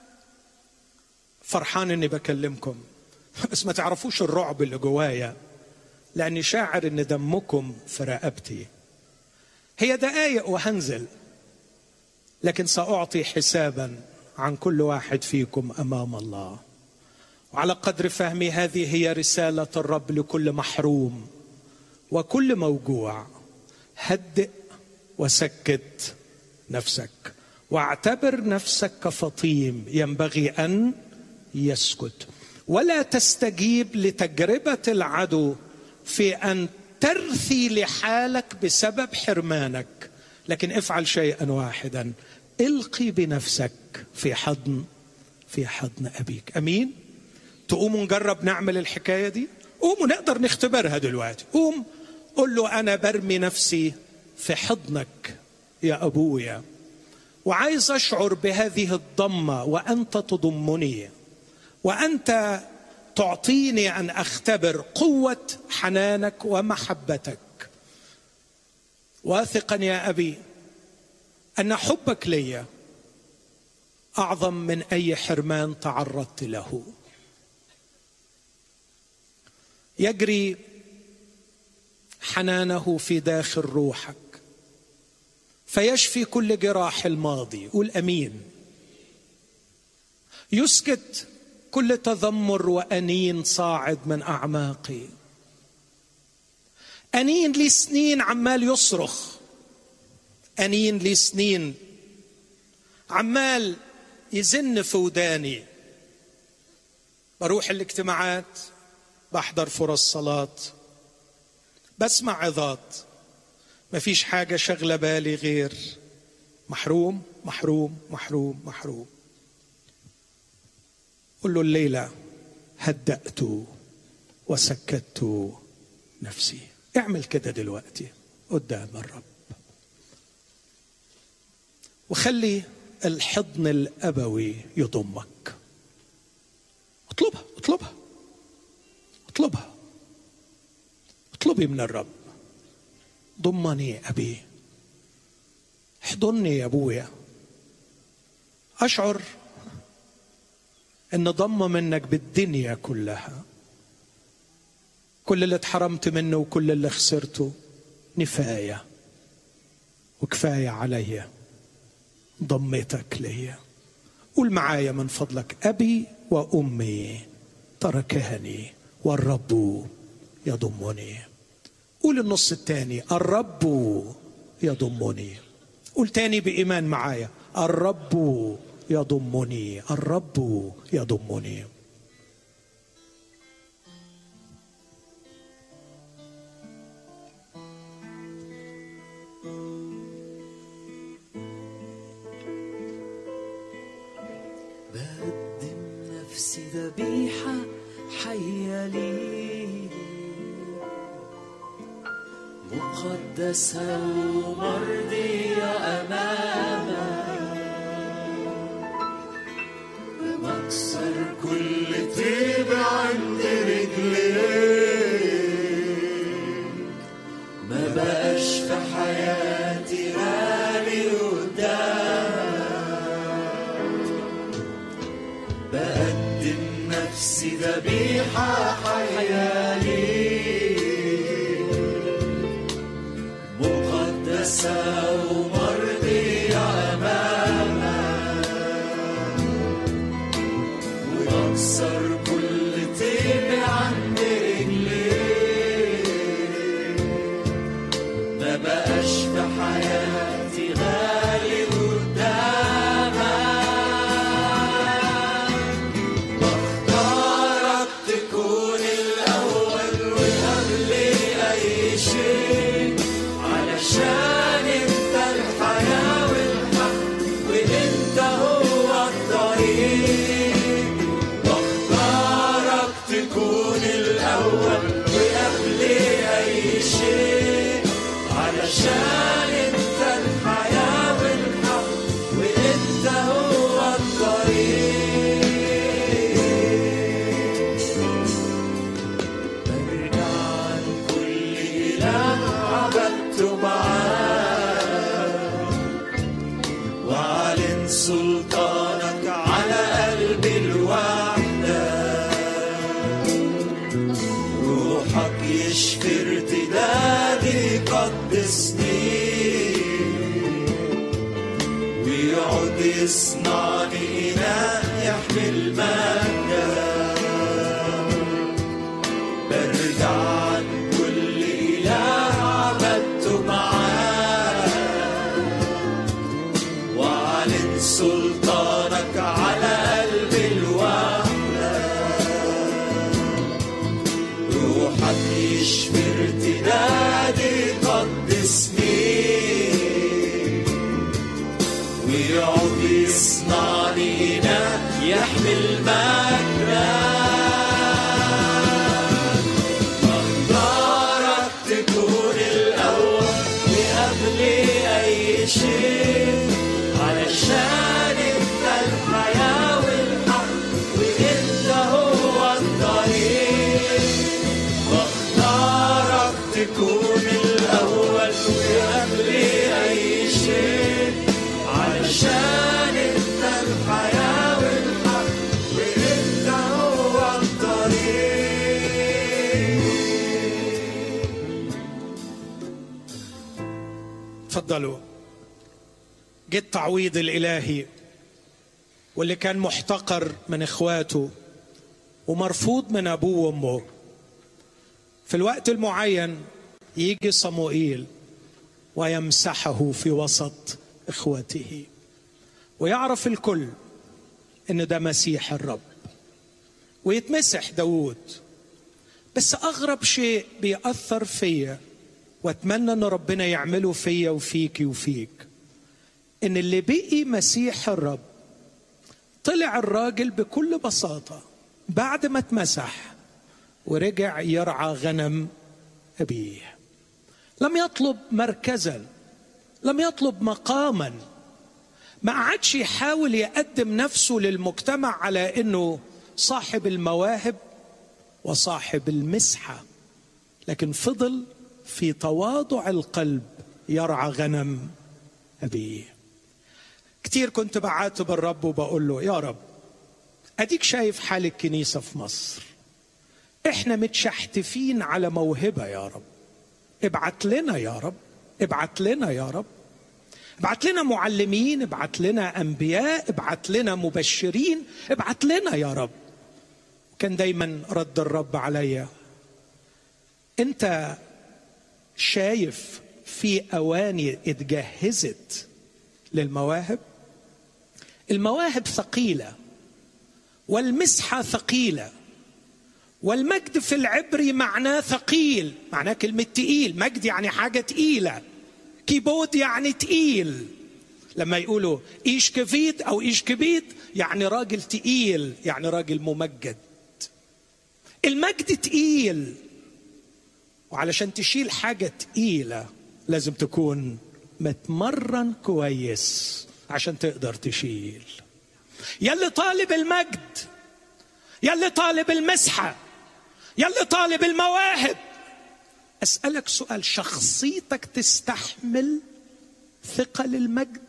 [SPEAKER 1] فرحان أني بكلمكم، بس ما تعرفوش الرعب اللي جوايا، لأني شاعر أن دمكم في رقبتي. هي دقايق وهنزل، لكن سأعطي حسابا عن كل واحد فيكم أمام الله. وعلى قدر فهمي هذه هي رسالة الرب لكل محروم وكل موجوع. هدئ وسكت نفسك واعتبر نفسك كفطيم ينبغي أن يسكت، ولا تستجيب لتجربة العدو في أن ترثي لحالك بسبب حرمانك، لكن افعل شيئا واحدا، القي بنفسك في حضن أبيك. أمين؟ تقوموا نجرب نعمل الحكاية دي؟ قوموا نقدر نختبرها دلوقتي. قوم قل له أنا برمي نفسي في حضنك يا أبويا، وعايز أشعر بهذه الضمة وأنت تضمني، وأنت تعطيني أن أختبر قوة حنانك ومحبتك، واثقا يا أبي أن حبك لي أعظم من أي حرمان تعرضت له. يجري حنانه في داخل روحك فيشفي كل جراح الماضي. قول أمين. يسكت كل تذمر وأنين صاعد من أعماقي. أنين لي سنين عمال يصرخ، أنين لي سنين عمال يزن في وداني. بروح الاجتماعات، بحضر فرص صلاة، بسمع عظات، مفيش حاجة شغلة بالي غير محروم محروم محروم محروم. قل له الليلة هدأت وسكت نفسي. اعمل كده دلوقتي قدام الرب، وخلي الحضن الأبوي يضمك. اطلبها اطلبها اطلبها، اطلبي من الرب. ضمني أبي، احضني يا أبويا. أشعر أن ضم منك بالدنيا كلها. كل اللي اتحرمت منه وكل اللي خسرته نفاية وكفاية عليا، ضميتك ليا. قول معايا من فضلك: أبي وأمي تركاني والرب يضمني. قول النص الثاني: الرب يضمني. قول تاني بإيمان معايا: الرب يضمني، الرب يضمني.
[SPEAKER 2] بقدم نفسي ذبيحة حية لي، مقدسة ومرضية أمامك، بكسر كل طيب عند رجليك، ما بقاش في حياتي غالي قدامك، بقدم نفسي ذبيحة حية ليك، مقدسة ومرضية أمامك، وأكسر كل طيب عند رجليك، ما بقاش في حياتي غالي قدامك، واختارك تكون الأول وقبل أي شيء، علشان انت الحياة والحق وانت هو الطريق، واختارك تكون الأول وقبل أي شيء، علشان انت الحياة والحق وانت هو الطريق. برجع عن كل إله عبدته معاك، وأعلن سلطانك على قلبي لوحدك، روحك يشفي ارتدادي يقدسني، ويقعد يصنعني إناء يحمل مجدك. برجع عن كل إله عبدته معاك، وأعلن سلطانك على قلبي لوحدك، روحك يشفي ارتدادي يقدسني، ويقعد يصنعني إناء يحمل مجدك. واختارك تكون الأول وقبل أي شيء، علشان انت الحياة والحق وانت هو الطريق، واختارك تكون الأول وقبل أي شيء، علشان انت الحياة والحق وانت هو الطريق.
[SPEAKER 1] تفضلوا. جه التعويض الإلهي، واللي كان محتقر من إخواته ومرفوض من أبوه وأمه، في الوقت المعين يجي صموئيل ويمسحه في وسط إخوته، ويعرف الكل إن ده مسيح الرب، ويتمسح داود. بس أغرب شيء بيأثر فيا وأتمنى أن ربنا يعمله فيا وفيكي وفيك، إن اللي بقي مسيح الرب طلع الراجل بكل بساطة بعد ما اتمسح ورجع يرعى غنم أبيه. لم يطلب مركزا، لم يطلب مقاما، ما قعدش يحاول يقدم نفسه للمجتمع على إنه صاحب المواهب وصاحب المسحة، لكن فضل في تواضع القلب يرعى غنم أبيه. كتير كنت بعاتب الرب وبقول له: يا رب، أديك شايف حال الكنيسة في مصر، احنا متشحتفين على موهبة يا رب، ابعت لنا يا رب، ابعت لنا يا رب، ابعت لنا معلمين، ابعت لنا أنبياء، ابعت لنا مبشرين، ابعت لنا يا رب. كان دايما رد الرب عليا: انت شايف في أواني اتجهزت للمواهب؟ المواهب ثقيلة والمسحة ثقيلة، والمجد في العبري معناه ثقيل، معناه كلمة تقيل. مجد يعني حاجة تقيلة، كيبود يعني تقيل. لما يقولوا إيش كفيد أو إيش كبيد يعني راجل تقيل، يعني راجل ممجد. المجد تقيل، وعلشان تشيل حاجة تقيلة لازم تكون متمرن كويس عشان تقدر تشيل. يلي طالب المجد، يلي طالب المسحة، يلي طالب المواهب، أسألك سؤال: شخصيتك تستحمل ثقل المجد؟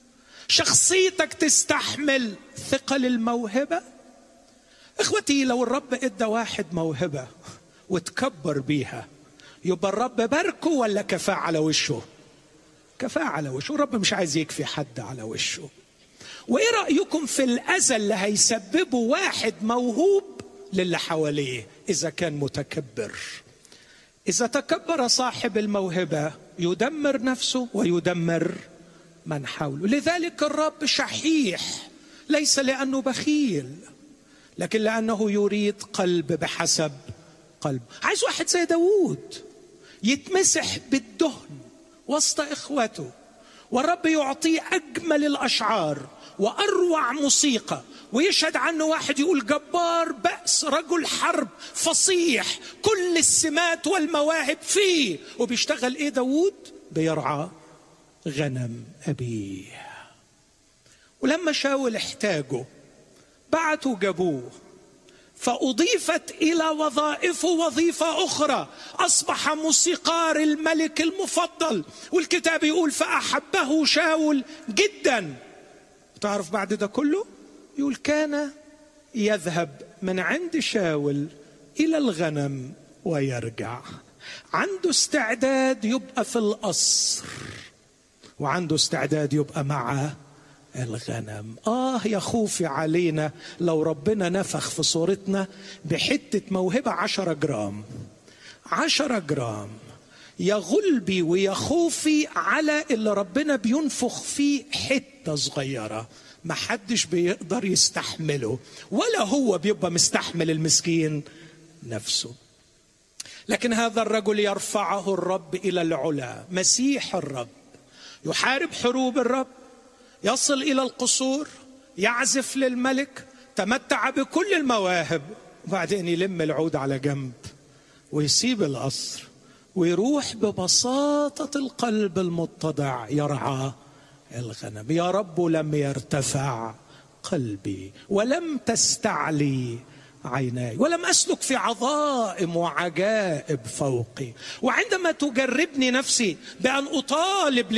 [SPEAKER 1] شخصيتك تستحمل ثقل الموهبة؟ إخوتي، لو الرب إدى واحد موهبة وتكبر بيها، يبقى الرب باركه ولا كفاه على وشه؟ كفاه على وشه. الرب مش عايز يكفي حد على وشه. وإيه رأيكم في الأذى اللي هيسببه واحد موهوب للي حواليه إذا كان متكبر؟ إذا تكبر صاحب الموهبة يدمر نفسه ويدمر من حوله. لذلك الرب شحيح، ليس لأنه بخيل، لكن لأنه يريد قلب بحسب قلبه. عايز واحد زي داود يتمسح بالدهن وسط إخوته، والرب يعطيه أجمل الأشعار وأروع موسيقى، ويشهد عنه واحد يقول جبار بأس، رجل حرب فصيح، كل السمات والمواهب فيه. وبيشتغل إيه داود؟ بيرعى غنم أبيه. ولما شاول احتاجه بعتوا جابوه، فأضيفت إلى وظائفه وظيفة أخرى، أصبح موسيقار الملك المفضل. والكتاب يقول فأحبه شاول جدا. تعرف بعد ده كله يقول كان يذهب من عند شاول إلى الغنم ويرجع. عنده استعداد يبقى في القصر، وعنده استعداد يبقى مع الغنم. يا خوفي علينا لو ربنا نفخ في صورتنا بحتة موهبة 10 جرام 10 جرام، يا غلبي ويا خوفي على اللي ربنا بينفخ فيه حتة صغيرة ما حدش بيقدر يستحمله، ولا هو بيبقى مستحمل المسكين نفسه. لكن هذا الرجل يرفعه الرب إلى العلا، مسيح الرب، يحارب حروب الرب، يصل إلى القصور، يعزف للملك، تمتع بكل المواهب، وبعدين يلم العود على جنب ويسيب القصر ويروح ببساطة القلب المتضع يرعى الغنم. يا رب لم يرتفع قلبي ولم تستعلي عيناي ولم أسلك في عظائم وعجائب فوقي. وعندما تجربني نفسي بأن أطالب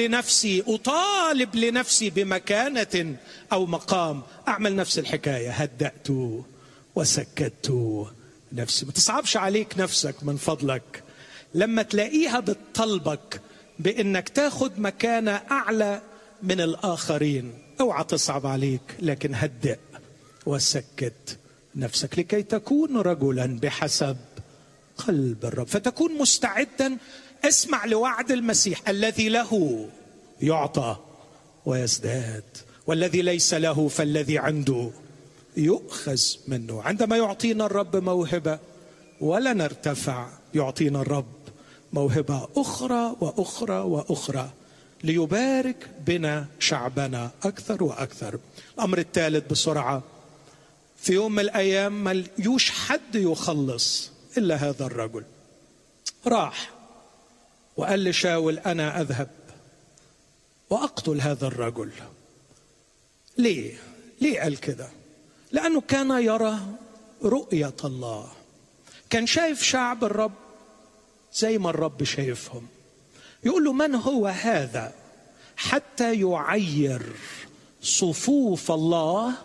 [SPEAKER 1] لنفسي بمكانة أو مقام، أعمل نفس الحكاية، هدأت وسكت نفسي. ما تصعبش عليك نفسك من فضلك لما تلاقيها بتطلبك بأنك تاخد مكانة أعلى من الآخرين. اوعى تصعب عليك، لكن هدأ وسكت نفسك لكي تكون رجلا بحسب قلب الرب، فتكون مستعدا. اسمع لوعد المسيح: الذي له يعطى ويزداد، والذي ليس له فالذي عنده يؤخذ منه. عندما يعطينا الرب موهبة ولا نرتفع، يعطينا الرب موهبة أخرى وأخرى وأخرى ليبارك بنا شعبنا أكثر وأكثر. الأمر الثالث بسرعة: في يوم من الأيام ما ليوش حد يخلص إلا هذا الرجل. راح وقال لشاول: أنا أذهب وأقتل هذا الرجل. ليه قال كده؟ لأنه كان يرى رؤية الله، كان شايف شعب الرب زي ما الرب شايفهم. يقول له: من هو هذا حتى يعير صفوف الله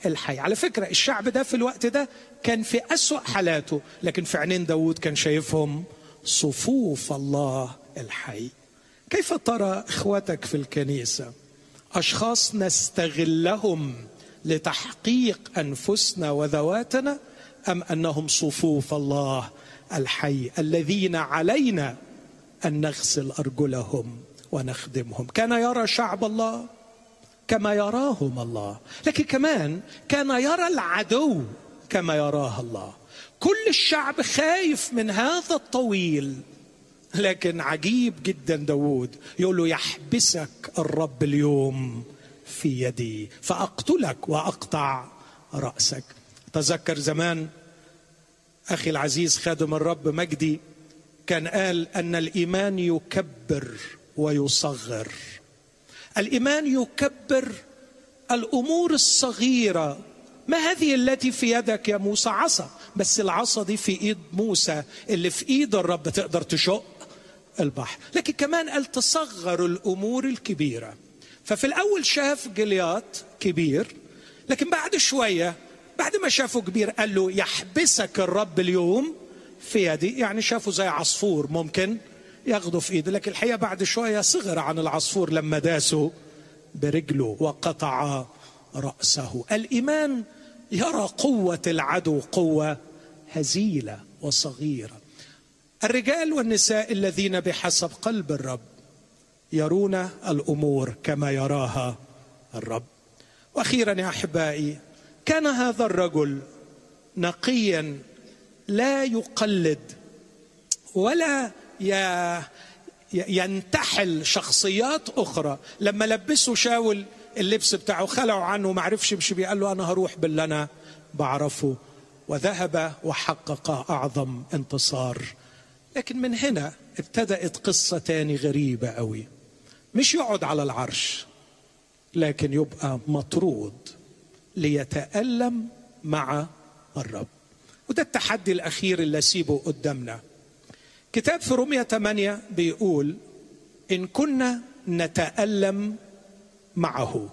[SPEAKER 1] الحي. على فكرة الشعب ده في الوقت ده كان في أسوأ حالاته، لكن في عينين داود كان شايفهم صفوف الله الحي. كيف ترى إخوتك في الكنيسة؟ أشخاص نستغلهم لتحقيق أنفسنا وذواتنا، أم أنهم صفوف الله الحي الذين علينا أن نغسل أرجلهم ونخدمهم؟ كان يرى شعب الله كما يراهم الله، لكن كمان كان يرى العدو كما يراه الله. كل الشعب خايف من هذا الطويل، لكن عجيب جدا داود يقول له يحبسك الرب اليوم في يدي فأقتلك وأقطع رأسك. تذكر زمان أخي العزيز خادم الرب مجدي كان قال أن الإيمان يكبر ويصغر. الإيمان يكبر الأمور الصغيرة. ما هذه التي في يدك يا موسى؟ عصا، بس العصا دي في إيد موسى، اللي في إيد الرب تقدر تشق البحر. لكن كمان قال تصغر الأمور الكبيرة. ففي الأول شاف جليات كبير، لكن بعد شوية بعد ما شافه كبير قال له يحبسك الرب اليوم في يدي، يعني شافه زي عصفور ممكن ياخده في ايده، لكن الحقيقة بعد شوية صغر عن العصفور لما داسه برجله وقطع رأسه. الإيمان يرى قوة العدو قوة هزيلة وصغيرة. الرجال والنساء الذين بحسب قلب الرب يرون الأمور كما يراها الرب. وأخيرا يا أحبائي، كان هذا الرجل نقيا لا يقلد ولا ينتحل شخصيات أخرى. لما لبسوا شاول اللبس بتاعه خلعوا عنه وما عرفش يمشي بيه، قال له أنا هروح باللي أنا بعرفه، وذهب وحقق أعظم انتصار. لكن من هنا ابتدأت قصة تاني غريبة قوي، مش يقعد على العرش لكن يبقى مطرود ليتألم مع الرب. وده التحدي الأخير اللي أسيبه قدامنا. كتاب في رومية 8 بيقول إن كنا نتألم معه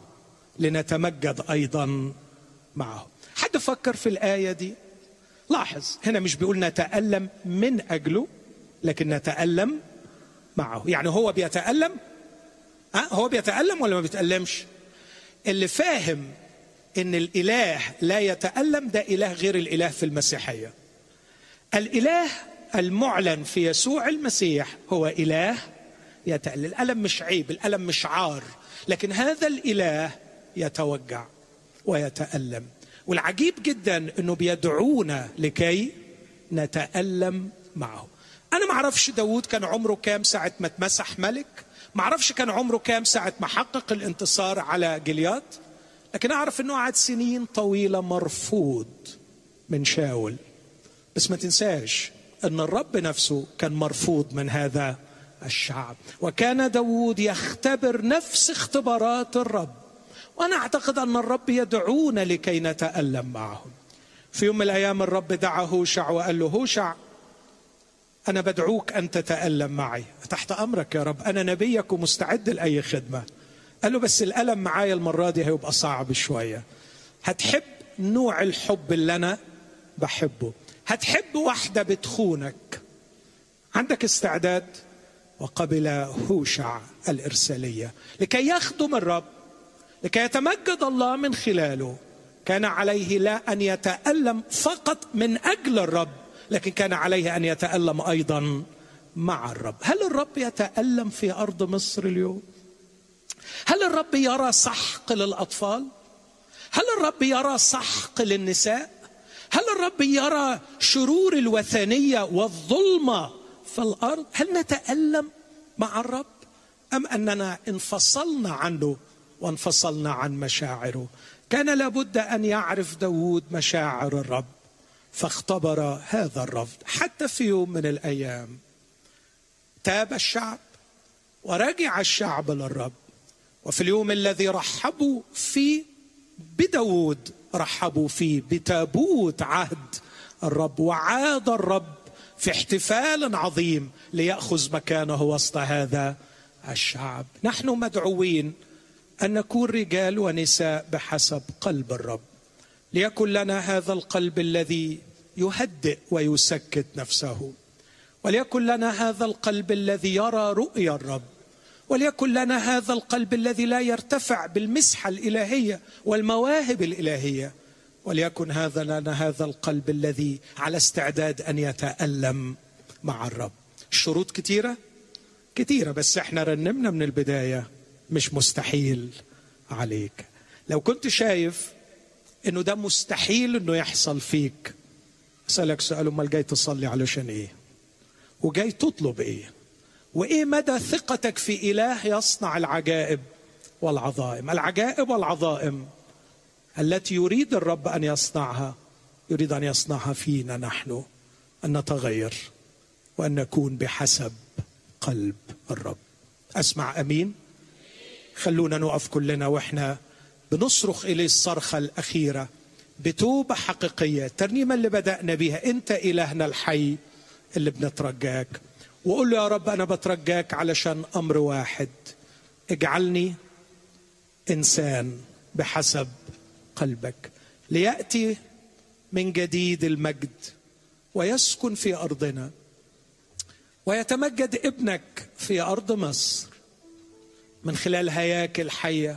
[SPEAKER 1] لنتمجد أيضا معه. حد فكر في الآية دي؟ لاحظ هنا مش بيقول نتألم من أجله، لكن نتألم معه. يعني هو بيتألم؟ هو بيتألم ولا ما بيتألمش؟ اللي فاهم إن الإله لا يتألم ده إله غير الإله في المسيحية. الإله المعلن في يسوع المسيح هو إله يتألم. الألم مش عيب، الألم مش عار، لكن هذا الإله يتوجع ويتألم. والعجيب جدا أنه بيدعونا لكي نتألم معه. أنا معرفش داود كان عمره كام ساعة ما اتمسح ملك، معرفش كان عمره كام ساعة ما حقق الانتصار على جليات، لكن أعرف أنه قعد سنين طويلة مرفوض من شاول. بس ما تنساش أن الرب نفسه كان مرفوض من هذا الشعب، وكان داود يختبر نفس اختبارات الرب. وأنا أعتقد أن الرب يدعونا لكي نتألم معهم. في يوم من الأيام الرب دعا هوشع وقال له هوشع أنا بدعوك أن تتألم معي. تحت أمرك يا رب، أنا نبيك ومستعد لأي خدمة. قال له بس الألم معايا المرة دي هيبقى صعب شوية. هتحب نوع الحب اللي أنا بحبه، هتحب واحدة بتخونك، عندك استعداد؟ وقبل هوشع الإرسالية لكي يخدم الرب، لكي يتمجد الله من خلاله. كان عليه لا أن يتألم فقط من أجل الرب، لكن كان عليه أن يتألم أيضا مع الرب. هل الرب يتألم في أرض مصر اليوم؟ هل الرب يرى سحق للأطفال؟ هل الرب يرى سحق للنساء؟ هل الرب يرى شرور الوثنية والظلمة في الأرض؟ هل نتألم مع الرب أم أننا انفصلنا عنه وانفصلنا عن مشاعره؟ كان لابد أن يعرف داود مشاعر الرب، فاختبر هذا الرفض. حتى في يوم من الأيام تاب الشعب ورجع الشعب للرب، وفي اليوم الذي رحبوا فيه بداود رحبوا فيه بتابوت عهد الرب، وعاد الرب في احتفال عظيم ليأخذ مكانه وسط هذا الشعب. نحن مدعوين أن نكون رجال ونساء بحسب قلب الرب، ليكن لنا هذا القلب الذي يهدئ ويسكت نفسه، وليكن لنا هذا القلب الذي يرى رؤيا الرب، وليكن لنا هذا القلب الذي لا يرتفع بالمسحة الإلهية والمواهب الإلهية، وليكن لنا هذا القلب الذي على استعداد أن يتألم مع الرب. الشروط كتيرة، بس احنا رنمنا من البداية مش مستحيل عليك. لو كنت شايف انه ده مستحيل انه يحصل فيك، أسألك سؤال: امال جاي تصلي علشان ايه؟ وجاي تطلب ايه؟ وايه مدى ثقتك في اله يصنع العجائب والعظائم؟ العجائب والعظائم التي يريد الرب ان يصنعها، يريد ان يصنعها فينا نحن، ان نتغير وان نكون بحسب قلب الرب. اسمع امين. خلونا نقف كلنا واحنا بنصرخ اليه الصرخه الاخيره بتوبه حقيقيه، الترنيمه اللي بدانا بيها: انت الهنا الحي اللي بنترجاك. وقول له: يا رب انا بترجاك علشان امر واحد، اجعلني انسان بحسب قلبك، لياتي من جديد المجد ويسكن في ارضنا، ويتمجد ابنك في ارض مصر من خلال هياكل حيه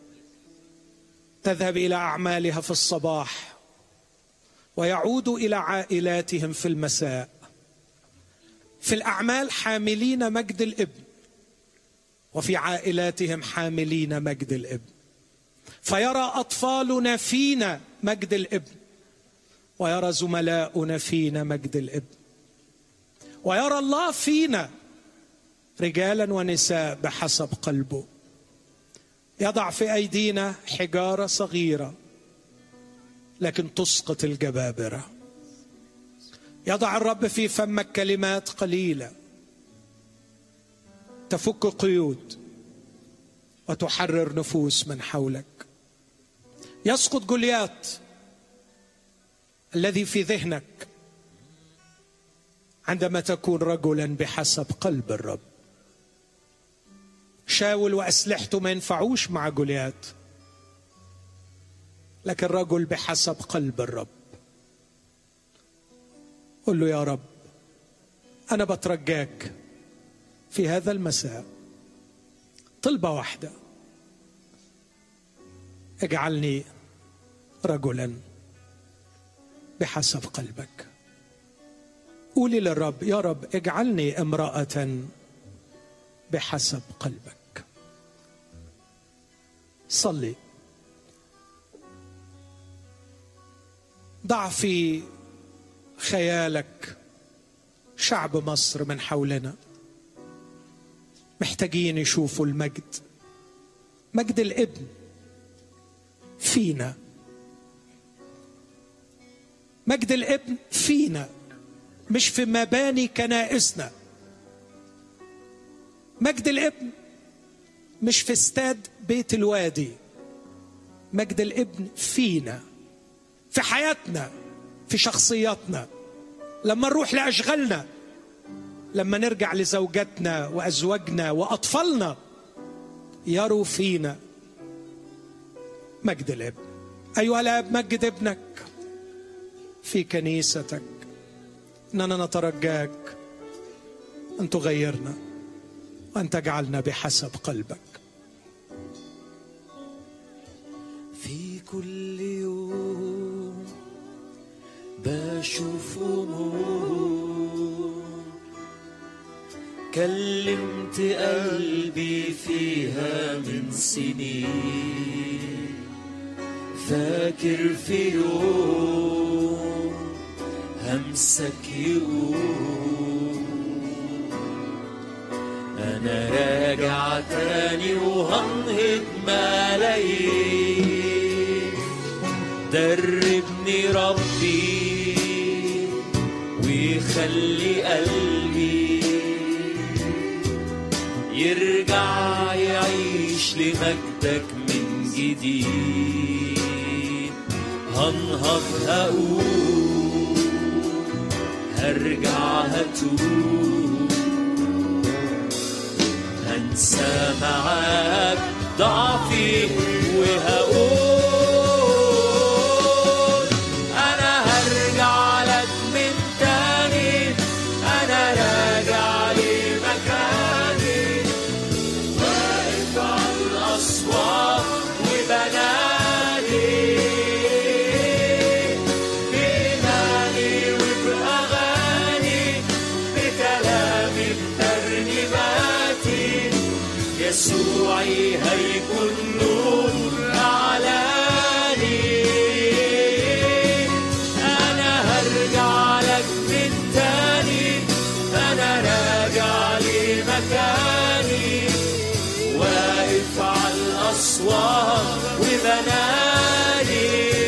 [SPEAKER 1] تذهب الى اعمالها في الصباح ويعود الى عائلاتهم في المساء، في الاعمال حاملين مجد الابن وفي عائلاتهم حاملين مجد الابن، فيرى اطفالنا فينا مجد الابن، ويرى زملاؤنا فينا مجد الابن، ويرى الله فينا رجالا ونساء بحسب قلبه. يضع في أيدينا حجارة صغيرة لكن تسقط الجبابرة. يضع الرب في فمك كلمات قليلة تفك قيود وتحرر نفوس من حولك. يسقط جوليات الذي في ذهنك عندما تكون رجلا بحسب قلب الرب. شاول وأسلحته ما ينفعوش مع جوليات، لكن رجل بحسب قلب الرب. قل له: يا رب أنا بترجاك في هذا المساء طلبة واحدة، اجعلني رجلا بحسب قلبك. قولي للرب: يا رب اجعلني امرأة بحسب قلبك. صلي. ضع في خيالك شعب مصر من حولنا محتاجين يشوفوا المجد، مجد الابن فينا، مجد الابن فينا، مش في مباني كنائسنا. مجد الابن مش في استاد بيت الوادي، مجد الابن فينا، في حياتنا، في شخصياتنا، لما نروح لأشغالنا، لما نرجع لزوجاتنا وأزواجنا وأطفالنا، يروا فينا مجد الابن. أيها الآب، مجد ابنك في كنيستك. إننا نترجاك أن تغيرنا وأن تجعلنا بحسب قلبك.
[SPEAKER 2] في كل يوم بشوف أمور كلمت قلبي فيها من سنين، فاكر في يوم همسك يقول أنا راجع تاني وهنهض ملايين. دربني ربي ويخلي قلبي يرجع يعيش لمجدك من جديد. هنهض هقول هرجع هتوب، هنسى معاك ضعفي وهقول يسوعي هيكون نور أعلاني. أنا هرجع لك من تاني، أنا راجع لمكاني، واقف على الأسوار وبناني،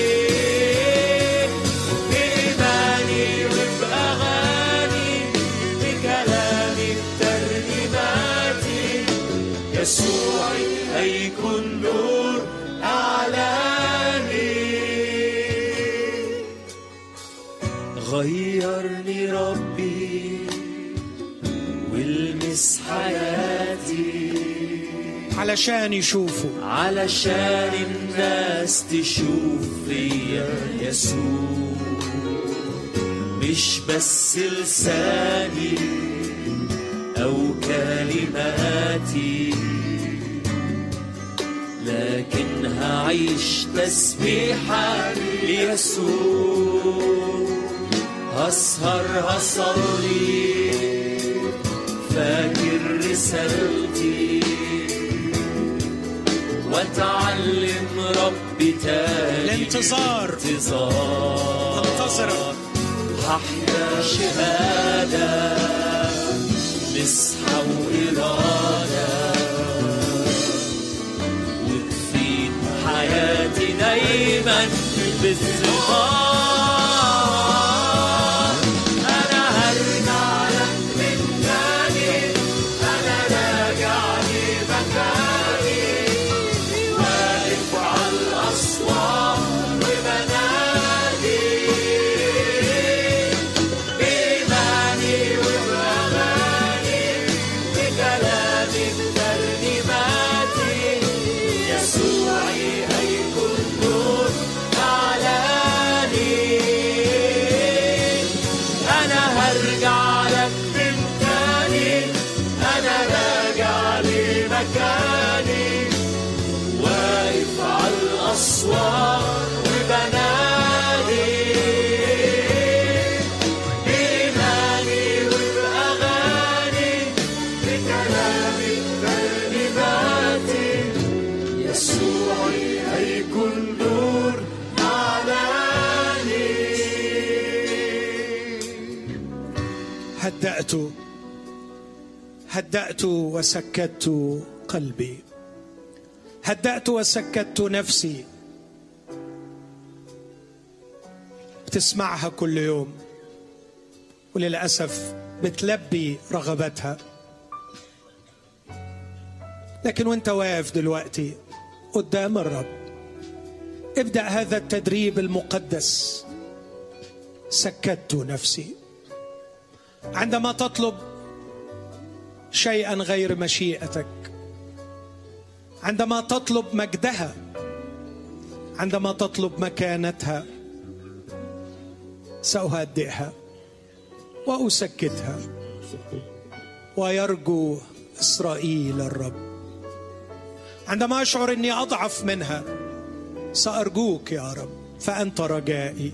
[SPEAKER 2] بإيماني وبأغاني، بكلامي بترنيماتي، يسوعي هيكون نور أعلاني. غيرني ربي والمس حياتي،
[SPEAKER 1] علشان يشوفوا،
[SPEAKER 2] علشان الناس تشوف فيا يسوع، مش بس لساني أو كلماتي، لكن هعيش تسبيحة ليسوع. هسهر هصلي فاكر رسالتي، واتعلم ربي تاني
[SPEAKER 1] الانتظار، انتظرك،
[SPEAKER 2] هحيا شهادة مسحة وإرادة، وتفيد حياتي دايما بالثقة. أسوار وبنادي، بإيماني وبأغاني، بكلامي بترنيماتي، يسوعي هيكون نور أعلاني.
[SPEAKER 1] هدأت وسكت قلبي، هدأت وسكت نفسي. بتسمعها كل يوم وللأسف بتلبي رغبتها، لكن وانت واقف دلوقتي قدام الرب ابدأ هذا التدريب المقدس. سكت نفسي عندما تطلب شيئا غير مشيئتك، عندما تطلب مجدها، عندما تطلب مكانتها، سأهدئها وأسكتها. ويرجو إسرائيل الرب. عندما أشعر أني أضعف منها سأرجوك يا رب، فأنت رجائي،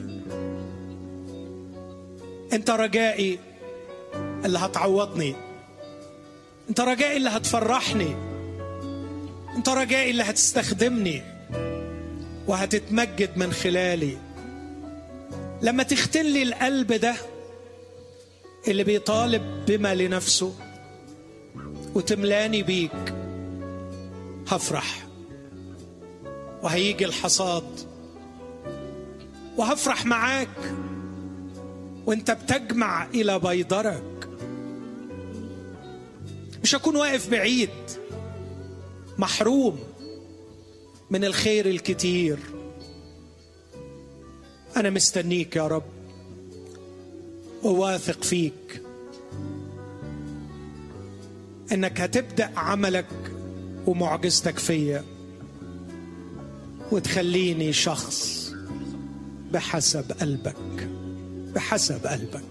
[SPEAKER 1] أنت رجائي اللي هتعوضني، أنت رجائي اللي هتفرحني، أنت رجائي اللي هتستخدمني وهتتمجد من خلالي. لما تختلي القلب ده اللي بيطالب بما لنفسه وتملاني بيك، هفرح وهيجي الحصاد، وهفرح معاك وانت بتجمع إلى بيضرك. مش هكون واقف بعيد محروم من الخير الكتير. أنا مستنيك يا رب وواثق فيك إنك هتبدأ عملك ومعجزتك فيا وتخليني شخص بحسب قلبك، بحسب قلبك.